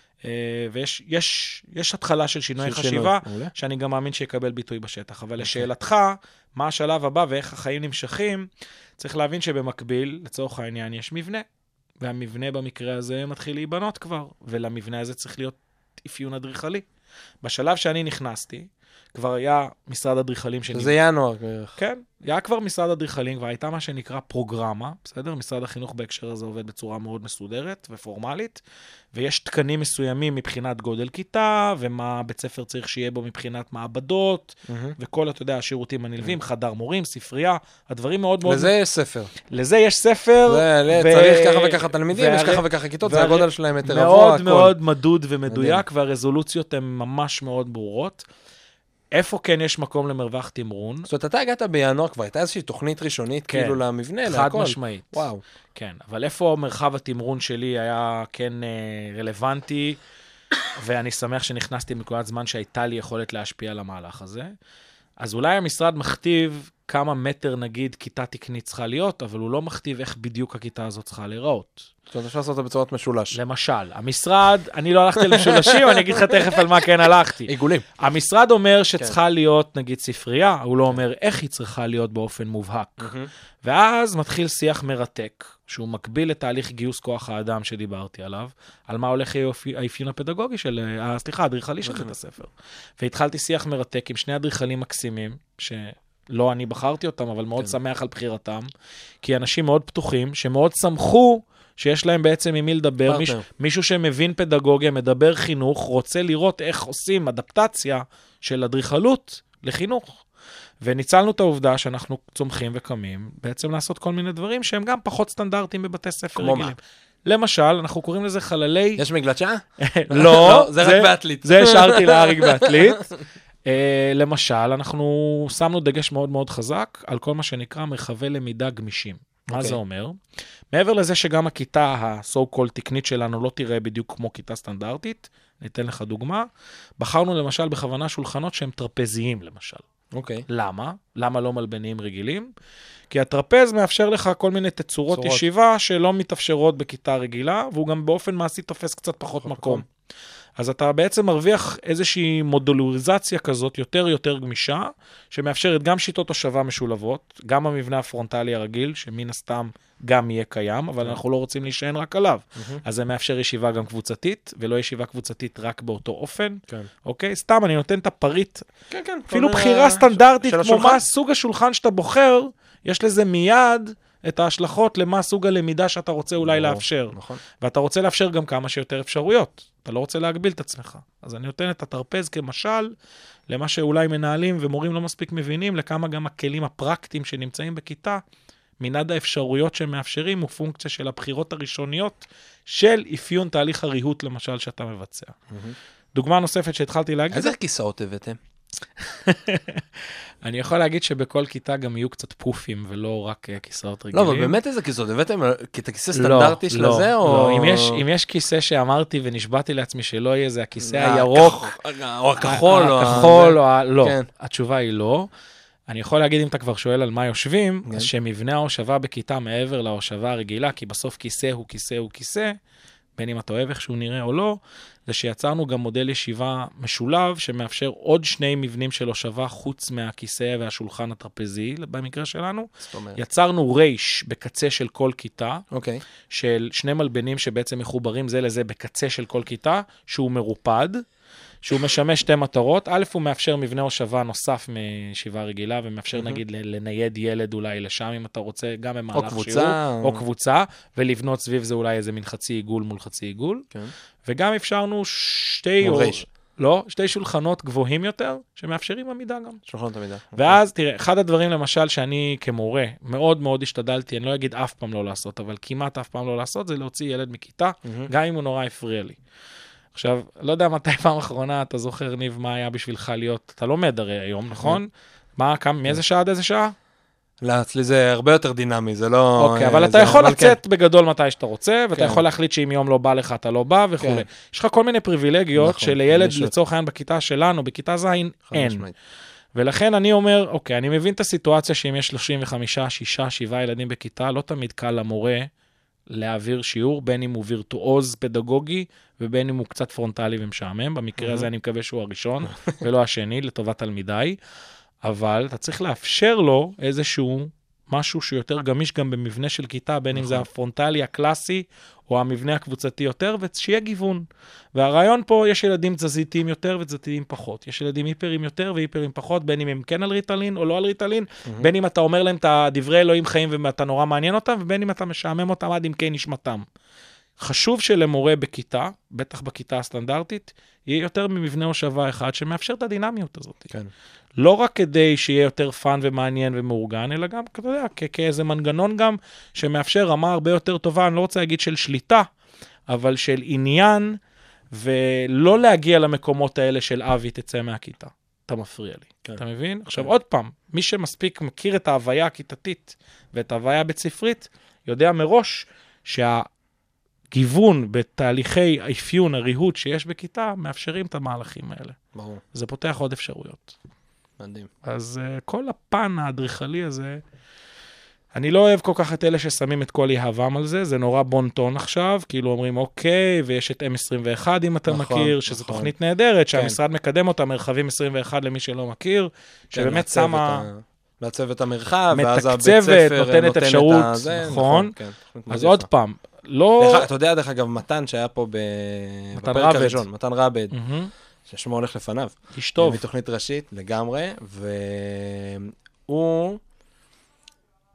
ויש התחלה של שינוי חשיבה, שאני גם מאמין שיקבל ביטוי בשטח. אבל לשאלתך, מה השלב הבא ואיך החיים נמשכים, צריך להבין שבמקביל, לצורך העניין, יש מבנה, והמבנה במקרה הזה מתחיל להיבנות כבר, ולמבנה הזה צריך להיות אפיון אדריכלי. בשלב שאני נכנסתי, כבר היה משרד אדריכלים זה ינואר. כן, היה כבר משרד אדריכלים, כבר הייתה מה שנקרא פרוגרמה, בסדר? משרד החינוך בהקשר הזה עובד בצורה מאוד מסודרת ופורמלית, ויש תקנים מסוימים מבחינת גודל כיתה, ומה בית ספר צריך שיהיה בו מבחינת מעבדות, וכל, אתה יודע, השירותים הנלווים, חדר מורים, ספרייה, הדברים מאוד מאוד... לזה יש ספר. לזה יש ספר. צריך ככה וככה תלמידים, יש ככה וככה כיתות, זה הגודל שלהם יותר רבוע, מאוד מאוד מדוד ומדויק, והרזולוציות הן ממש מאוד ברורות. איפה כן יש מקום למרווח תמרון? זאת אומרת, אתה הגעת בינואר כבר, הייתה איזושהי תוכנית ראשונית כאילו למבנה, להכל. חד משמעית. וואו. כן, אבל איפה מרחב התמרון שלי היה כן רלוונטי, ואני שמח שנכנסתי מנקודת זמן שהייתה לי יכולת להשפיע על המהלך הזה. אז אולי המשרד מכתיב כמה מטר נגיד כיתה תקנית צריכה להיות, אבל הוא לא מכתיב איך בדיוק הכיתה הזאת צריכה להיראות. זאת אומרת, אפשר לעשות אותה בצורת משולש. למשל, המשרד, אני לא הלכתי למשולשים, אני אגיד לך תכף על מה כן הלכתי. עיגולים. המשרד אומר שצריכה להיות נגיד ספרייה, הוא לא אומר איך היא צריכה להיות באופן מובהק. ואז מתחיל שיח מרתק, שהוא מקביל לתהליך גיוס כוח האדם שדיברתי עליו, על מה הולך האפיון הפדגוגי של, האדריכלי של בית הספר. והתחלתי שיח מרתק עם 2 אדריכלים מקסימים, שלא אני בחרתי אותם, אבל מאוד שמח על בחירתם, כי אנשים מאוד פתוחים, שמאוד שמחו שיש להם בעצם עם מי לדבר, מישהו שמבין פדגוגיה, מדבר חינוך, רוצה לראות איך עושים אדפטציה של אדריכלות לחינוך. וניצלנו את העובדה שאנחנו צומחים וקמים, בעצם לעשות כל מיני דברים שהם גם פחות סטנדרטיים בבתי ספר רגילים. למשל, אנחנו קוראים לזה חללי... יש מגלשה? לא, זה רק בעתלית. זה השארתי לאריק בעתלית. למשל, אנחנו שמנו דגש מאוד מאוד חזק על כל מה שנקרא מרחבי למידה גמישים. מה זה אומר? מעבר לזה שגם הכיתה ה-so called תקנית שלנו לא תראה בדיוק כמו כיתה סטנדרטית, ניתן לך דוגמה, בחרנו למשל בכוונה שולחנות שהם טרפזיים למשל. אוקיי. למה? למה לא מלבניים רגילים? כי הטרפז מאפשר לך כל מיני תצורות ישיבה שלא מתאפשרות בכיתה רגילה, והוא גם באופן מעשי תופס קצת פחות מקום. אז אתה בעצם מרוויח איזושהי מודולריזציה כזאת יותר גמישה, שמאפשרת גם שיטות הושבה משולבות, גם המבנה הפרונטלי הרגיל, שמן הסתם גם יהיה קיים, אבל אנחנו לא רוצים להישען רק עליו. אז זה מאפשר ישיבה גם קבוצתית, ולא ישיבה קבוצתית רק באותו אופן. אוקיי? סתם, אני נותן את הפריט. אפילו בחירה סטנדרטית, כמו מה סוג השולחן שאתה בוחר, יש לזה מיד את ההשלכות למה סוג הלמידה שאתה רוצה אולי לאפשר. ואתה רוצה לאפשר גם כמה שיותר אפשרויות. אתה לא רוצה להגביל את עצמך. אז אני נותן את הטרפז כמשל, למה שאולי מנהלים ומורים לא מספיק מבינים, לכמה גם הכלים הפרקטיים שנמצאים בכיתה, מנעד האפשרויות שהם מאפשרים, הוא פונקציה של הבחירות הראשוניות, של אפיון תהליך הריהוט, למשל, שאתה מבצע. דוגמה נוספת שהתחלתי להגיד... איזה כיסאות הבאתם? אני יכול להגיד שבכל כיתה גם יהיו קצת פופים, ולא רק כיסאות רגילים. לא, אבל באמת איזה כיסאות? הבאתם את הכיסא סטנדרטי של זה? לא, אם יש כיסא שאמרתי ונשבעתי לעצמי שלא יהיה, זה הכיסא הירוק. או הכחול. הכחול, לא. התשובה היא לא. אני יכול להגיד, אם אתה כבר שואל על מה יושבים, אז שמבנה ההושבה בכיתה מעבר להושבה הרגילה, כי בסוף כיסא הוא כיסא הוא כיסא, בין אם אתה אוהב איך שהוא נראה או לא, זה שיצרנו גם מודל ישיבה משולב, שמאפשר עוד שני מבנים של הושבה, חוץ מהכיסא והשולחן הטרפזי, במקרה שלנו. יצרנו רייש בקצה של כל כיתה, של שני מלבנים שבעצם מחוברים זה לזה בקצה של כל כיתה, שהוא מרופד, שהוא משמש שתי מטרות. א', הוא מאפשר מבנה הושבה נוסף מישיבה רגילה, ומאפשר נגיד לנייד ילד אולי לשם, אם אתה רוצה, גם במהלך שיעור, או קבוצה, ולבנות סביב זה אולי איזה מין חצי עיגול מול חצי עיגול. וגם אפשרנו שתי שולחנות גבוהים יותר, שמאפשרים עמידה גם. שולחנות עמידה. ואז תראה, אחד הדברים למשל שאני כמורה מאוד מאוד השתדלתי, אני לא אגיד אף פעם לא לעשות, אבל כמעט אף פעם לא לעשות, זה להוציא ילד מכיתה, גם אם הוא נורא הפריע לי. עכשיו, לא יודע מתי פעם אחרונה אתה זוכר, ניב, מה היה בשבילך להיות, אתה לומד הרי היום, נכון? מאיזה שעה עד איזה שעה? לא, אצלי זה הרבה יותר דינמי, זה לא... אוקיי, אבל אתה יכול לצאת בגדול מתי שאתה רוצה, ואתה יכול להחליט שאם יום לא בא לך, אתה לא בא וכו'. יש לך כל מיני פריבילגיות שלילד לצורך העניין בכיתה שלנו, בכיתה ז' אין. ולכן אני אומר, אוקיי, אני מבין את הסיטואציה שאם יש 35, 6, 7 ילדים בכיתה, לא תמיד קל למורה להעביר שיעור, בין אם הוא וירטואוז פדגוגי, ובין אם הוא קצת פרונטלי ומשעמם. במקרה הזה אני מקווה שהוא הראשון, ולא השני, לטובת תלמידיי. אבל אתה צריך לאפשר לו איזשהו משהו שיותר גמיש גם במבנה של כיתה, בין אם זה הפרונטלי הקלאסי, או המבנה הקבוצתי יותר, ושיהיה גיוון. והרעיון פה, יש ילדים תזזיתיים יותר ותזזיתיים פחות. יש ילדים היפרים יותר והיפרים פחות, בין אם הם כן על ריטלין או לא על ריטלין, בין אם אתה אומר להם את דברי אלוהים חיים ואתה נורא מעניין אותם, ובין אם אתה משעמם אותם עד עמקי נשמתם. חשוב שלמורה בכיתה, בטח בכיתה הסטנדרטית, יהיה יותר ממבנה הושבה אחד שמאפשר את הדינמיות הזאת. כן. לא רק כדי שיהיה יותר פן ומעניין ומאורגן, אלא גם, אתה יודע, כאיזה מנגנון גם שמאפשר רמה הרבה יותר טובה, אני לא רוצה להגיד של שליטה, אבל של עניין, ולא להגיע למקומות האלה של אבי תצא מהכיתה. אתה מפריע לי. כן. אתה מבין? עכשיו עוד פעם, מי שמספיק מכיר את ההוויה הכיתתית ואת ההוויה הבית ספרית, יודע מראש גיוון בתהליכי האפיון, הריהוט שיש בכיתה, מאפשרים את המהלכים האלה. ברור. זה פותח עוד אפשרויות. מדהים. אז כל הפן האדריכלי הזה, אני לא אוהב כל כך את אלה ששמים את כל יהבם על זה, זה נורא בונטון עכשיו, כאילו אומרים אוקיי, ויש את M21 אם אתה מכיר, שזו תוכנית נהדרת, שהמשרד מקדם אותה, מרחבים 21 למי שלא מכיר, שבאמת שמה... לעצב את המרחב, ואז הבית מתקצבת, ספר נותנת אפשרות, נכון? אז עוד פעם, לא... אתה יודע, דרך אגב, מתן שהיה פה בפרק הראשון, מתן רבד, ששמו הולך לפניו. איש טוב. מתוכנית ראשית לגמרי, והוא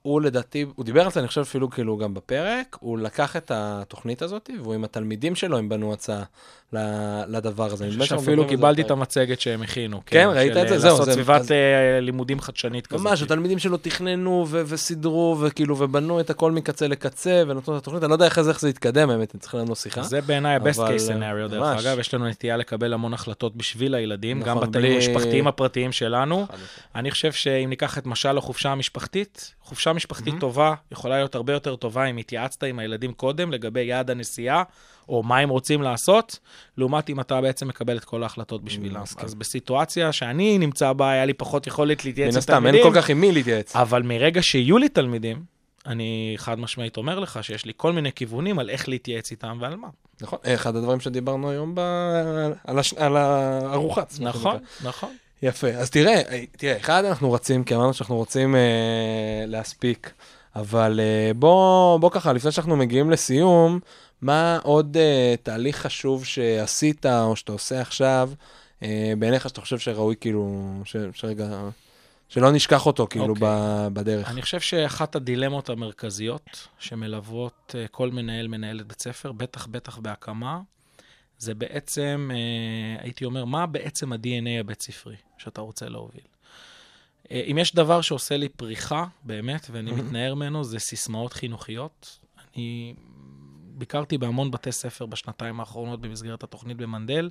הוא לדעתי, הוא דיבר על זה, אני חושב אפילו כאילו גם בפרק, הוא לקח את התוכנית הזאת, והוא עם התלמידים שלו, הם בנו הצעה לדבר הזה. אני חושב שאפילו קיבלתי את המצגת שהם הכינו. כן, ראית את זה? זהו. לעשות סביבת לימודים חדשנית כזאת. ממש, התלמידים שלו תכננו וסידרו, וכאילו, ובנו את הכל מקצה לקצה, ונתנו את התוכנית. אני לא יודע איך זה יתקדם, האמת, אני צריך לנו שיחה. זה בעיניי ה-best case scenario, דרך אגב. יש לנו נטייה לקבל המון החלטות בשביל הילדים, גם בתאים המשפחתיים הפרטיים שלנו. אני חושב שאם ניקח את משל החופשה המשפחתית, חופשה משפחתית טובה יכולה להיות הרבה יותר טובה אם התייעצת עם הילדים קודם לגבי יעד הנסיעה, או מה הם רוצים לעשות, לעומת אם אתה בעצם מקבל את כל ההחלטות בשבילם. אז בסיטואציה שאני נמצא בה, היה לי פחות יכולת להתייעץ עם תלמידים. אין כל כך עם מי להתייעץ. אבל מרגע שיהיו לי תלמידים, אני חד משמעית אומר לך שיש לי כל מיני כיוונים על איך להתייעץ איתם ועל מה. נכון, אחד הדברים שדיברנו היום על הארוחה. נכון, נכון. יפה, אז תראה, אחד אנחנו רצים, כי אמרנו שאנחנו רוצים להספיק, אבל בוא ככה, לפני שאנחנו מגיעים לסיום, מה עוד תהליך חשוב שעשית או שאתה עושה עכשיו, בעיניך שאתה חושב שראוי כאילו, שרגע, שלא נשכח אותו כאילו בדרך? אני חושב שאחת הדילמות המרכזיות שמלוות כל מנהלת בית ספר, בטח בהקמה, זה בעצם, הייתי אומר, מה בעצם ה-DNA הבית ספרי שאתה רוצה להוביל? אם יש דבר שעושה לי פריחה, באמת, ואני מתנער ממנו, זה סיסמאות חינוכיות. אני ביקרתי בהמון בתי ספר בשנתיים האחרונות במסגרת התוכנית במנדל,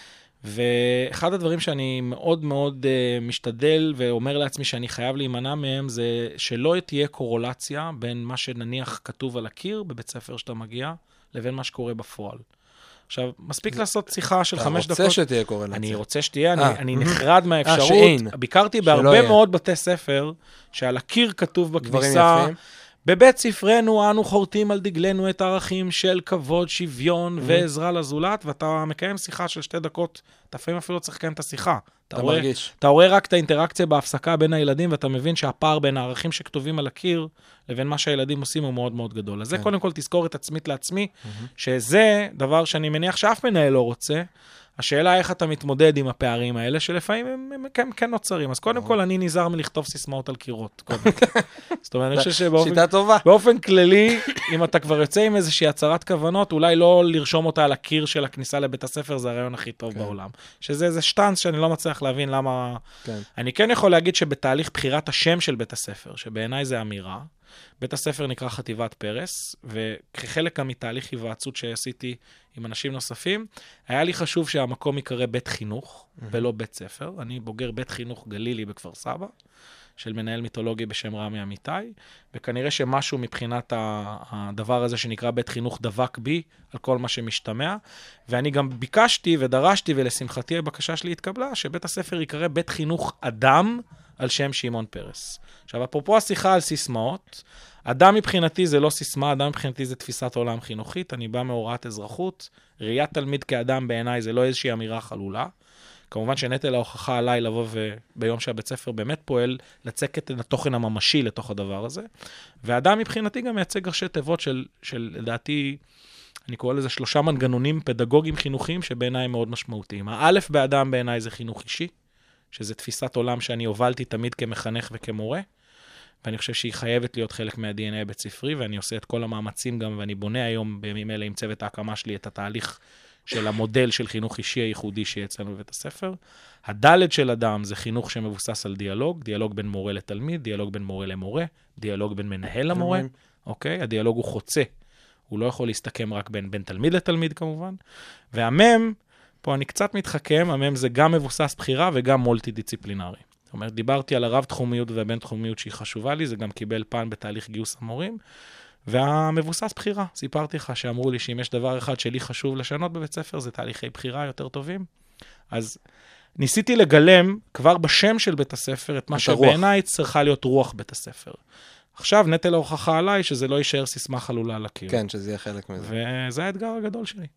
ואחד הדברים שאני מאוד מאוד משתדל ואומר לעצמי שאני חייב להימנע מהם, זה שלא תהיה קורולציה בין מה שנניח כתוב על הקיר בבית ספר שאתה מגיע, לבין מה שקורה בפועל. עכשיו, מספיק לעשות שיחה של 5 דקות. אתה רוצה שתהיה קורלציה. אני רוצה שתהיה, אני נחרד מהאפשרות. ביקרתי בהרבה מאוד בתי ספר, שעל הקיר כתוב בכניסה, בבית ספרנו אנו חורטים על דגלנו את הערכים של כבוד, שוויון ועזרה לזולת, ואתה מקיים שיחה של 2 דקות, אתה לפעמים אפילו צריך לקיים את השיחה. אתה רואה רק את האינטראקציה בהפסקה בין הילדים, ואתה מבין שהפער בין הערכים שכתובים על הקיר, לבין מה שהילדים עושים הוא מאוד מאוד גדול. אז זה קודם כל תזכורת עצמית לעצמי, שזה דבר שאני מניח שאף מנהל לא רוצה. השאלה איך אתה מתמודד עם הפערים האלה, שלפעמים הם כן נוצרים. אז קודם כל אני נזהר מלכתוב סיסמאות על קירות. זאת אומרת, אני חושב שבאופן כללי, אם אתה כבר יוצא עם איזושהי הצהרת כוונות, אולי לא לרשום אותה על הקיר של הכניסה לבית הספר, זה הרעיון הכי טוב בעולם. שזה איזה שטנץ שאני לא מצליח להבין למה... אני כן יכול להגיד שבתהליך בחירת השם של בית הספר, שבעיניי זה אמירה, בית הספר נקרא חטיבת פרס, וכחלק מתהליך היוועצות שעשיתי עם אנשים נוספים, היה לי חשוב שהמקום יקרא בית חינוך, ולא בית ספר. אני בוגר בית חינוך גלילי בכפר סבא, של מנהל מיתולוגי בשם רמי אמיתי, וכנראה שמשהו מבחינת הדבר הזה שנקרא בית חינוך דבק בי, על כל מה שמשתמע, ואני גם ביקשתי ודרשתי, ולשמחתי הבקשה שלי התקבלה, שבית הספר יקרא בית חינוך אדם, על שם שמעון פרס. עכשיו, אפרופו השיחה על סיסמאות, אדם מבחינתי זה לא סיסמה, אדם מבחינתי זה תפיסת עולם חינוכית, אני בא מהוראת אזרחות, ראיית תלמיד כאדם בעיניי זה לא איזושהי אמירה חלולה, כמובן שנטל ההוכחה עליי לבוא וביום שהבית ספר באמת פועל, לצקת את התוכן הממשי לתוך הדבר הזה, ואדם מבחינתי גם מייצג ראשי תיבות של לדעתי, אני קורא לזה 3 מנגנונים פדגוגיים חינוכיים שבעיניי הם מאוד משמעותיים. האלף באדם בעיניי זה חינוך אישי, שזה תפיסת עולם שאני הובלתי תמיד כמחנך וכמורה, ואני חושב שהיא חייבת להיות חלק מה-DNA בית ספרי, ואני עושה את כל המאמצים גם, ואני בונה היום בימים אלה עם צוות ההקמה שלי את התהליך של המודל של חינוך אישי הייחודי שיהיה אצלנו בבית הספר. הדלת של אדם זה חינוך שמבוסס על דיאלוג, דיאלוג בין מורה לתלמיד, דיאלוג בין מורה למורה, דיאלוג בין מנהל למורה, אוקיי? הדיאלוג הוא חוצה, הוא לא יכול להסתכם רק בין תלמיד לתלמיד כמובן, והמם, פה אני קצת מתחכם, המם זה גם מבוסס בחירה וגם מולטי-דיציפלינרי. זאת אומרת, דיברתי על הרב-תחומיות והבין-תחומיות שהיא חשובה לי, זה גם קיבל פן בתהליך גיוס המורים, והמבוסס בחירה. סיפרתי לך שאמרו לי שאם יש דבר אחד שלי חשוב לשנות בבית ספר, זה תהליכי בחירה יותר טובים. אז ניסיתי לגלם כבר בשם של בית הספר את מה שבעיניי צריכה להיות רוח בית הספר. עכשיו נטל ההוכחה עליי שזה לא יישאר סיסמה חלולה לקיר. כן, שזה יהיה חלק מזה. וזה האתגר הגדול שלי.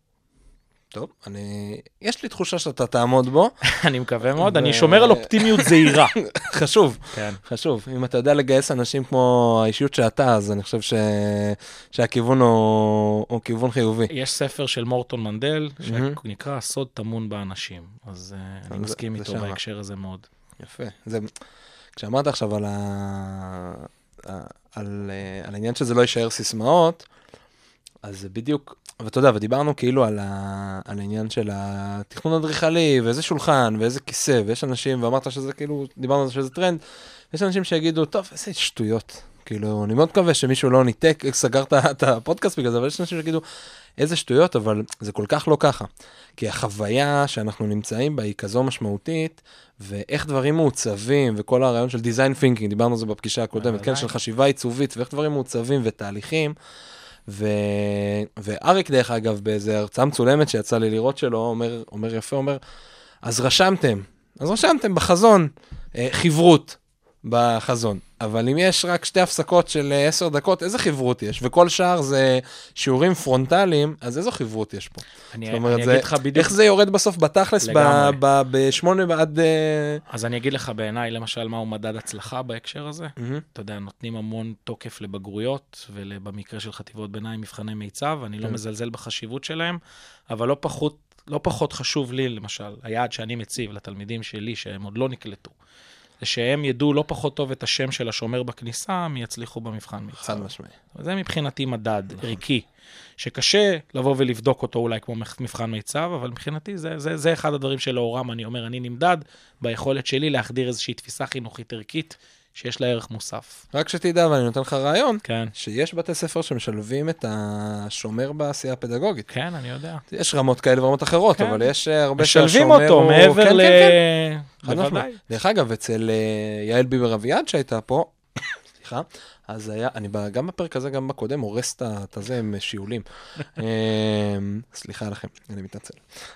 טוב, יש לי תחושה שאתה תעמוד בו. אני מקווה מאוד, אני שומר על אופטימיות זהירה. חשוב, חשוב. אם אתה יודע לגייס אנשים כמו האישיות שאתה, אז אני חושב שהכיוון הוא כיוון חיובי. יש ספר של מורטון מנדל, שנקרא הסוד טמון באנשים. אז אני מסכים איתו בהקשר הזה מאוד. יפה. כשאמרת עכשיו על על העניין שזה לא יישאר סיסמאות, אז זה בדיוק, ואתה יודע, ודיברנו כאילו על העניין של התכנון אדריכלי, ואיזה שולחן, ואיזה כיסא, ויש אנשים, ואמרת שזה כאילו, דיברנו על זה שזה טרנד, יש אנשים שיגידו, טוב, איזה שטויות. כאילו, אני מאוד מקווה שמישהו לא ניתק, סגר את הפודקאסט בגלל זה, אבל יש אנשים שיגידו, איזה שטויות, אבל זה כל כך לא ככה. כי החוויה שאנחנו נמצאים בה היא כזו משמעותית, ואיך דברים מעוצבים, וכל הרעיון של design thinking, דיברנו על זה בפגישה הקודמת, כן, של חשיבה עיצובית, ואיך דברים מעוצבים ותהליכים, ואריק דרך אגב, באיזו הרצאה מצולמת שיצא לי לראות שלו, אומר יפה, אומר, אז רשמתם בחזון, חברות בחזון, אבל אם יש רק 2 הפסקות של 10 דקות, איזה חברות יש? וכל שאר זה שיעורים פרונטליים, אז איזו חברות יש פה? אני אגיד לך בדיוק. איך זה יורד בסוף בתכלס ב-8 עד... אז אני אגיד לך בעיניי, למשל, מהו מדד הצלחה בהקשר הזה. אתה יודע, נותנים המון תוקף לבגרויות, ובמקרה של חטיבות ביניים, מבחני מיצב, אני לא מזלזל בחשיבות שלהם, אבל לא פחות חשוב לי, למשל, היעד שאני מציב לתלמידים שלי, שהם עוד לא נקלטו, זה שהם ידעו לא פחות טוב את השם של השומר בכניסה, הם יצליחו במבחן מיצב. חד משמעי. זה מבחינתי מדד ערכי, שקשה לבוא ולבדוק אותו אולי כמו מבחן מיצב, אבל מבחינתי זה אחד הדברים שלאורם אני אומר, אני נמדד ביכולת שלי להחדיר איזושהי תפיסה חינוכית ערכית, שיש לה ערך מוסף. רק שתדע, ואני נותן לך רעיון, כן. שיש בתי ספר שמשלבים את השומר בעשייה הפדגוגית. כן, אני יודע. יש רמות כאלה ורמות אחרות, כן. אבל יש הרבה משלבים אותו מעבר כן, ל... כן, כן. בוודאי. דרך אגב, אצל יעל ביבר אביעד שהייתה פה, סליחה, אז היה, אני גם בפרק הזה, גם בקודם, הורס את הזה עם שיעולים. סליחה לכם, אני מתנצל.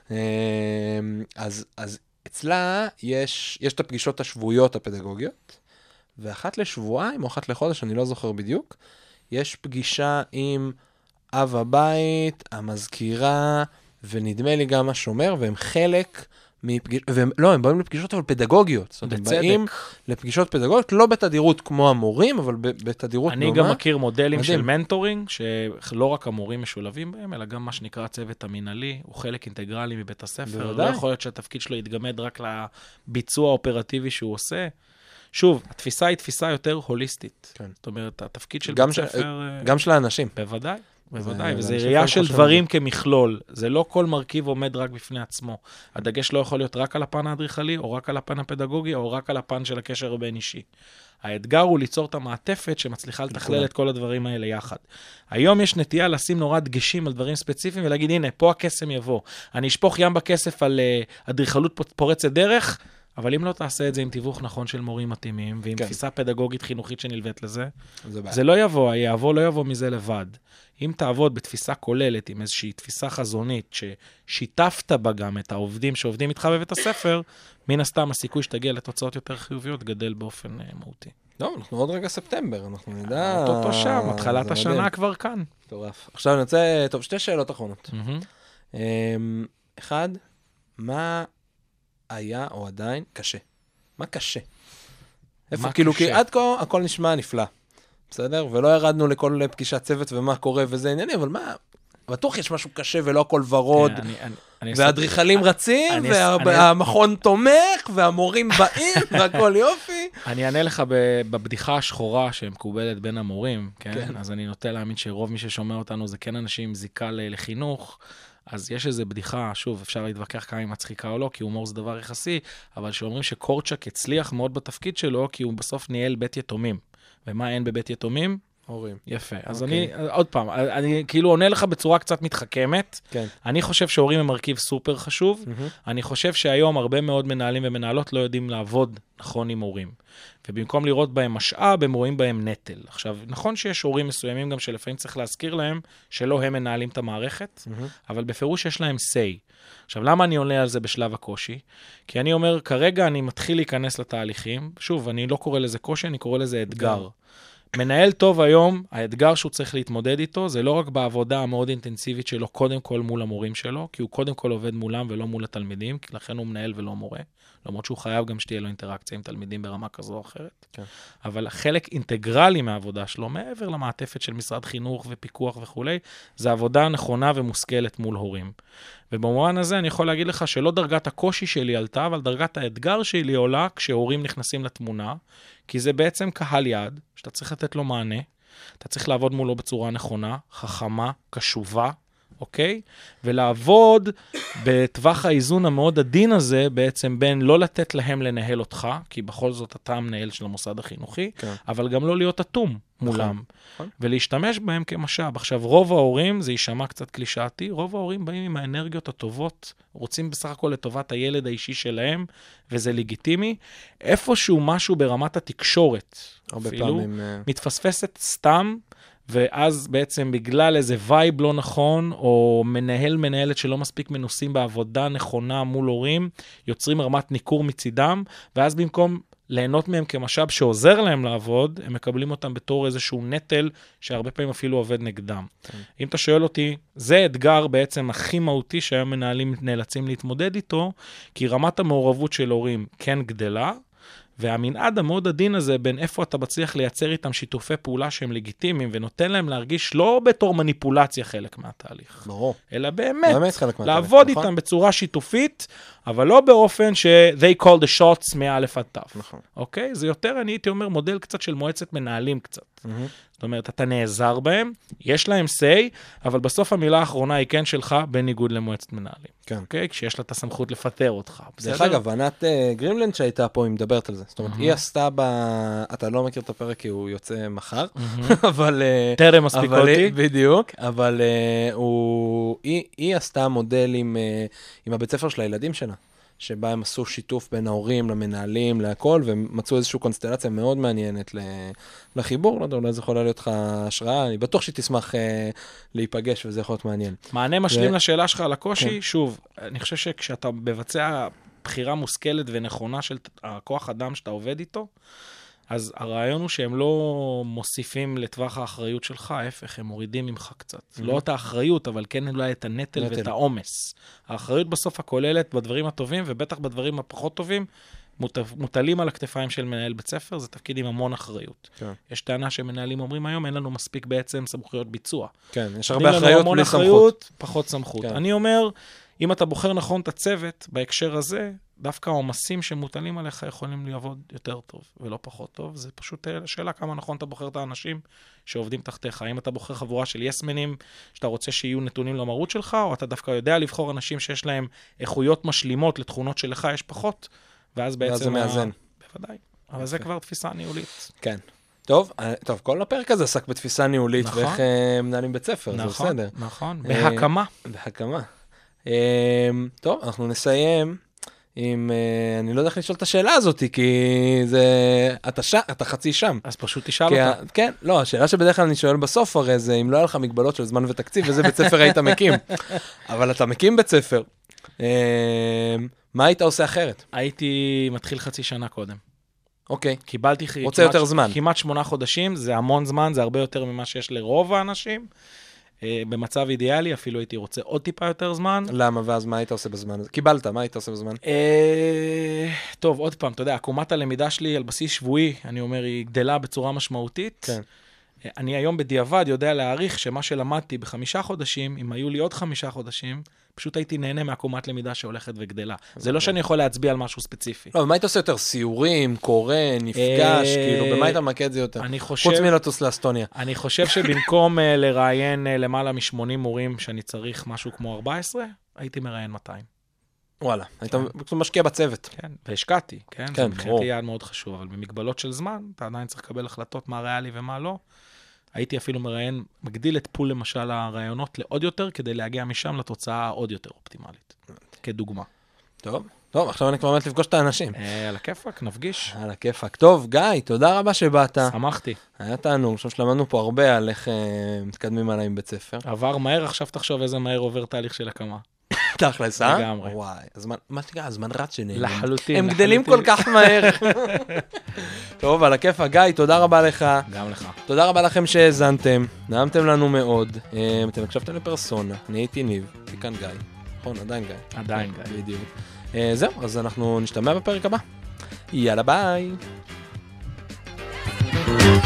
אז אצלה יש את הפגישות השבועיות הפדגוגיות, ואחת לשבועיים או אחת לחודש, אני לא זוכר בדיוק, יש פגישה עם אב הבית, המזכירה, ונדמה לי גם השומר, והם חלק לא, הם באים לפגישות אבל פדגוגיות. זאת אומרת, הם באים לפגישות פדגוגיות, לא בתדירות כמו המורים, אבל בתדירות דומה. אני גם מכיר מודלים של מנטורינג, שלא רק המורים משולבים בהם, אלא גם מה שנקרא הצוות המנהלי, הוא חלק אינטגרלי מבית הספר. לא יכול להיות שהתפקיד שלו יתגמד רק לביצוע האופרטיבי שהוא עושה. שוב, התפיסה היא תפיסה יותר הוליסטית. כן. זאת אומרת, התפקיד של בית ספר... גם של האנשים. בוודאי. בוודאי, וזה ראייה של דברים כמכלול. זה לא כל מרכיב עומד רק בפני עצמו. הדגש לא יכול להיות רק על הפן האדריכלי, או רק על הפן הפדגוגי, או רק על הפן של הקשר בין אישי. האתגר הוא ליצור את המעטפת שמצליחה לתכלל את כל הדברים האלה יחד. היום יש נטייה לשים נורא דגשים על דברים ספציפיים, ולהגיד, הנה, פה הקסם יבוא. אני אשפוך ים בכסף על אדריכלות פורצת דרך, אבל אם לא תעשה את זה עם תיווך נכון של מורים מתאימים, ועם תפיסה פדגוגית חינוכית שנלווית לזה, זה לא יבוא, לא יבוא מזה לבד. אם תעבוד בתפיסה כוללת, עם איזושהי תפיסה חזונית, ששיתפת בה גם את העובדים שעובדים איתך בבית הספר, מן הסתם הסיכוי שתגיע לתוצאות יותר חיוביות גדל באופן מהותי. לא, אנחנו עוד רגע ספטמבר, אנחנו נדע... אותו שם, התחלת השנה כבר כאן. טורף. עכשיו אני רוצה, טוב, 2 שאלות אחרונות. אחד, מה היה או עדיין קשה? מה קשה? איפה כאילו, כי עד כה הכל נשמע נפלא. בסדר? ולא ירדנו לכל פגישת צוות ומה קורה וזה ענייני, אבל מה? בטוח יש משהו קשה ולא הכל ורוד, והאדריכלים רצים, והמכון תומך, והמורים באים, והכל יופי. אני אענה לך בבדיחה השחורה שמקובלת בין המורים, כן? אז אני נוטה להאמין שרוב מי ששומע אותנו זה כן אנשים עם זיקה לחינוך, אז יש איזו בדיחה, שוב, אפשר להתווכח כמה היא מצחיקה או לא, כי הומור זה דבר יחסי, אבל שאומרים שקורצ'ק הצליח מאוד בתפקיד שלו, כי הוא בסוף ניהל בית יתומים. ומה אין בבית יתומים? הורים. יפה. אז אני, עוד פעם, אני כאילו עונה לך בצורה קצת מתחכמת. כן. אני חושב שהורים הם מרכיב סופר חשוב. אני חושב שהיום הרבה מאוד מנהלים ומנהלות לא יודעים לעבוד נכון עם הורים. ובמקום לראות בהם משאב, הם רואים בהם נטל. עכשיו, נכון שיש הורים מסוימים גם שלפעמים צריך להזכיר להם שלא הם מנהלים את המערכת, אבל בפירוש יש להם say. עכשיו, למה אני עולה על זה בשלב הקושי? כי אני אומר, כרגע אני מתחיל להיכנס לתהליכים. שוב, אני לא קורא לזה קושי, אני קורא לזה אתגר. מנהל טוב היום, האתגר שהוא צריך להתמודד איתו, זה לא רק בעבודה המאוד אינטנסיבית שלו, קודם כל מול המורים שלו, כי הוא קודם כל עובד מולם ולא מול התלמידים, כי לכן הוא מנהל ולא מורה, למרות שהוא חייב גם שתהיה לו אינטראקציה עם תלמידים ברמה כזו או אחרת. כן. אבל חלק אינטגרלי מהעבודה שלו, מעבר למעטפת של משרד חינוך ופיקוח וכו', זה עבודה נכונה ומושכלת מול הורים. ובמובן הזה אני יכול להגיד לך שלא דרגת הקושי שלי עלתה, אבל דרגת האתגר שלי עולה כשהורים נכנסים לתמונה, כי זה בעצם קהל יעד, שאתה צריך לתת לו מענה, אתה צריך לעבוד מולו בצורה נכונה, חכמה, קשובה, אוקיי? ולעבוד בטווח האיזון המאוד עדין הזה, בעצם בין לא לתת להם לנהל אותך, כי בכל זאת אתה המנהל של המוסד החינוכי, כן. אבל גם לא להיות אטום מולם, נכון. ולהשתמש בהם כמשאב. עכשיו, רוב ההורים, זה יישמע קצת קלישאתי, רוב ההורים באים עם האנרגיות הטובות, רוצים בסך הכל לטובת הילד האישי שלהם, וזה לגיטימי. איפשהו משהו ברמת התקשורת, הרבה אפילו, פעמים... מתפספסת סתם, ואז בעצם בגלל איזה וייב לא נכון, או מנהלת שלא מספיק מנוסים בעבודה נכונה מול הורים, יוצרים רמת ניכור מצידם, ואז במקום ליהנות מהם כמשאב שעוזר להם לעבוד, הם מקבלים אותם בתור איזשהו נטל, שהרבה פעמים אפילו עובד נגדם. אם אתה שואל אותי, זה אתגר בעצם הכי מהותי שהיום מנהלים נאלצים להתמודד איתו, כי רמת המעורבות של הורים כן גדלה, והמנעד המאוד עדין הזה בין איפה אתה מצליח לייצר איתם שיתופי פעולה שהם לגיטימיים, ונותן להם להרגיש לא בתור מניפולציה חלק מהתהליך. ברור. אלא באמת, חלק מהתהליך, לעבוד נכון? איתם בצורה שיתופית, אבל לא באופן ש-they call the shots מאלף עד תף. נכון. אוקיי? זה יותר, אני הייתי אומר, מודל קצת של מועצת מנהלים קצת. זאת אומרת, אתה נעזר בהם, יש להם say, אבל בסוף המילה האחרונה היא כן שלך, בניגוד למועצת מנהלים. כן. אוקיי? כשיש לה את הסמכות לפטר אותך. דרך אגב, ענת גרימלנד שהייתה פה, היא מדברת על זה. זאת אומרת, היא עשתה אתה לא מכיר את הפרק כי הוא יוצא מחר, אבל... טרם מספיק אותי. בדיוק, אבל היא עשתה מודל עם הבית ספר של הילדים שלה, שבה הם עשו שיתוף בין ההורים למנהלים, להכל, ומצאו איזושהי קונסטלציה מאוד מעניינת לחיבור. לא יודע, אולי זה יכולה להיות לך השראה, אני בטוח שהיא תשמח להיפגש, וזה יכול להיות מעניין. מענה משלים לשאלה שלך על הקושי, שוב, אני חושב שכשאתה מבצע בחירה מושכלת ונכונה של הכוח אדם שאתה עובד איתו, אז הרעיון הוא שהם לא מוסיפים לטווח האחריות שלך, ההפך, הם מורידים ממך קצת. לא את האחריות, אבל כן אולי את הנטל ואת העומס. האחריות בסוף הכוללת בדברים הטובים, ובטח בדברים הפחות טובים, מוטלים על הכתפיים של מנהל בית ספר, זה תפקיד עם המון אחריות. יש טענה שמנהלים אומרים היום, אין לנו מספיק בעצם סמכויות ביצוע. כן, יש הרבה אחריות בלי סמכות. פחות סמכות. אני אומר, אם אתה בוחר נכון את הצוות בהקשר הזה, דווקא העומסים שמוטלים עליך יכולים לעבוד יותר טוב ולא פחות טוב. זה פשוט שאלה כמה נכון אתה בוחר את האנשים שעובדים תחתיך. האם אתה בוחר חבורה של יסמנים שאתה רוצה שיהיו נתונים למרות שלך, או אתה דווקא יודע לבחור אנשים שיש להם איכויות משלימות לתכונות שלך יש פחות, ואז בעצם... זה מאזן. בוודאי. אבל זה כבר תפיסה ניהולית. כן. טוב, כל הפרק הזה עסק בתפיסה ניהולית, ואיך מנהלים בית ספר, זה בסדר. נכון, בהקמה. בהקמה. טוב, אנחנו נסיים עם, אני לא יודע איך לשאול את השאלה הזאת, כי זה, אתה חצי שם. אז פשוט תשאל אותה. כן, לא, השאלה שבדרך כלל אני שואל בסוף הרי זה, אם לא היה לך מגבלות של זמן ותקציב, איזה בית ספר היית מקים. אבל אתה מקים בית ספר. מה היית עושה אחרת? הייתי מתחיל חצי שנה קודם. אוקיי. קיבלתי רוצה יותר זמן. כמעט 8 חודשים, זה המון זמן, זה הרבה יותר ממה שיש לרוב האנשים. במצב אידיאלי, אפילו הייתי רוצה עוד טיפה יותר זמן. למה? ואז מה היית עושה בזמן הזה? קיבלת, מה היית עושה בזמן? טוב, עוד פעם, אתה יודע, עקומת הלמידה שלי על בסיס שבועי, אני אומר, היא גדלה בצורה משמעותית. כן. אני היום בדיעבד יודע להעריך שמה שלמדתי ב5 חודשים, אם היו לי עוד 5 חודשים, פשוט הייתי נהנה מעקומת למידה שהולכת וגדלה. זה לא שאני יכול להצביע על משהו ספציפי. לא, ומה היית עושה יותר? סיורים, קורא, נפגש, כאילו, במה היית ממקד זה יותר? חוץ מלטוס לאסטוניה. אני חושב שבמקום לראיין למעלה מ80 מורים שאני צריך משהו כמו 14, הייתי מראיין 200. וואלה, היית משקיע בצוות. כן, והשקעתי, כן? כן, זה מבחינתי יעד מאוד חשוב, אבל במגבלות של זמן, אתה עדיין צריך לקבל החלטות מה ריאלי ומה לא. הייתי אפילו מראיין, מגדיל את פול למשל הרעיונות לעוד יותר, כדי להגיע משם לתוצאה עוד יותר אופטימלית, כדוגמה. טוב, עכשיו אני כבר באמת לפגוש את האנשים. על הכיפק, נפגיש. על הכיפק. טוב, גיא, תודה רבה שבאת. שמחתי. היה תענוג, עכשיו שלמדנו פה הרבה על איך מתקדמים עליי עם בית ספר. עבר מהר, עכשיו תחשוב איזה מהר עובר תהליך של הקמה. תכלס, לגמרי. וואי, מה שתקרא, הזמן רץ שנהנים. לחלוטין. הם גדלים כל כך מהר. טוב, על הכיפק. גיא, תודה רבה לך. גם לך. תודה רבה לכם שהאזנתם, נעמתם לנו מאוד. אתם הקשבתם לפרסונה, אני הייתי ניב, וכאן גיא. נכון, עדיין גיא. עדיין גיא. בדיוק. זהו, אז אנחנו נשתמע בפרק הבא. יאללה, ביי.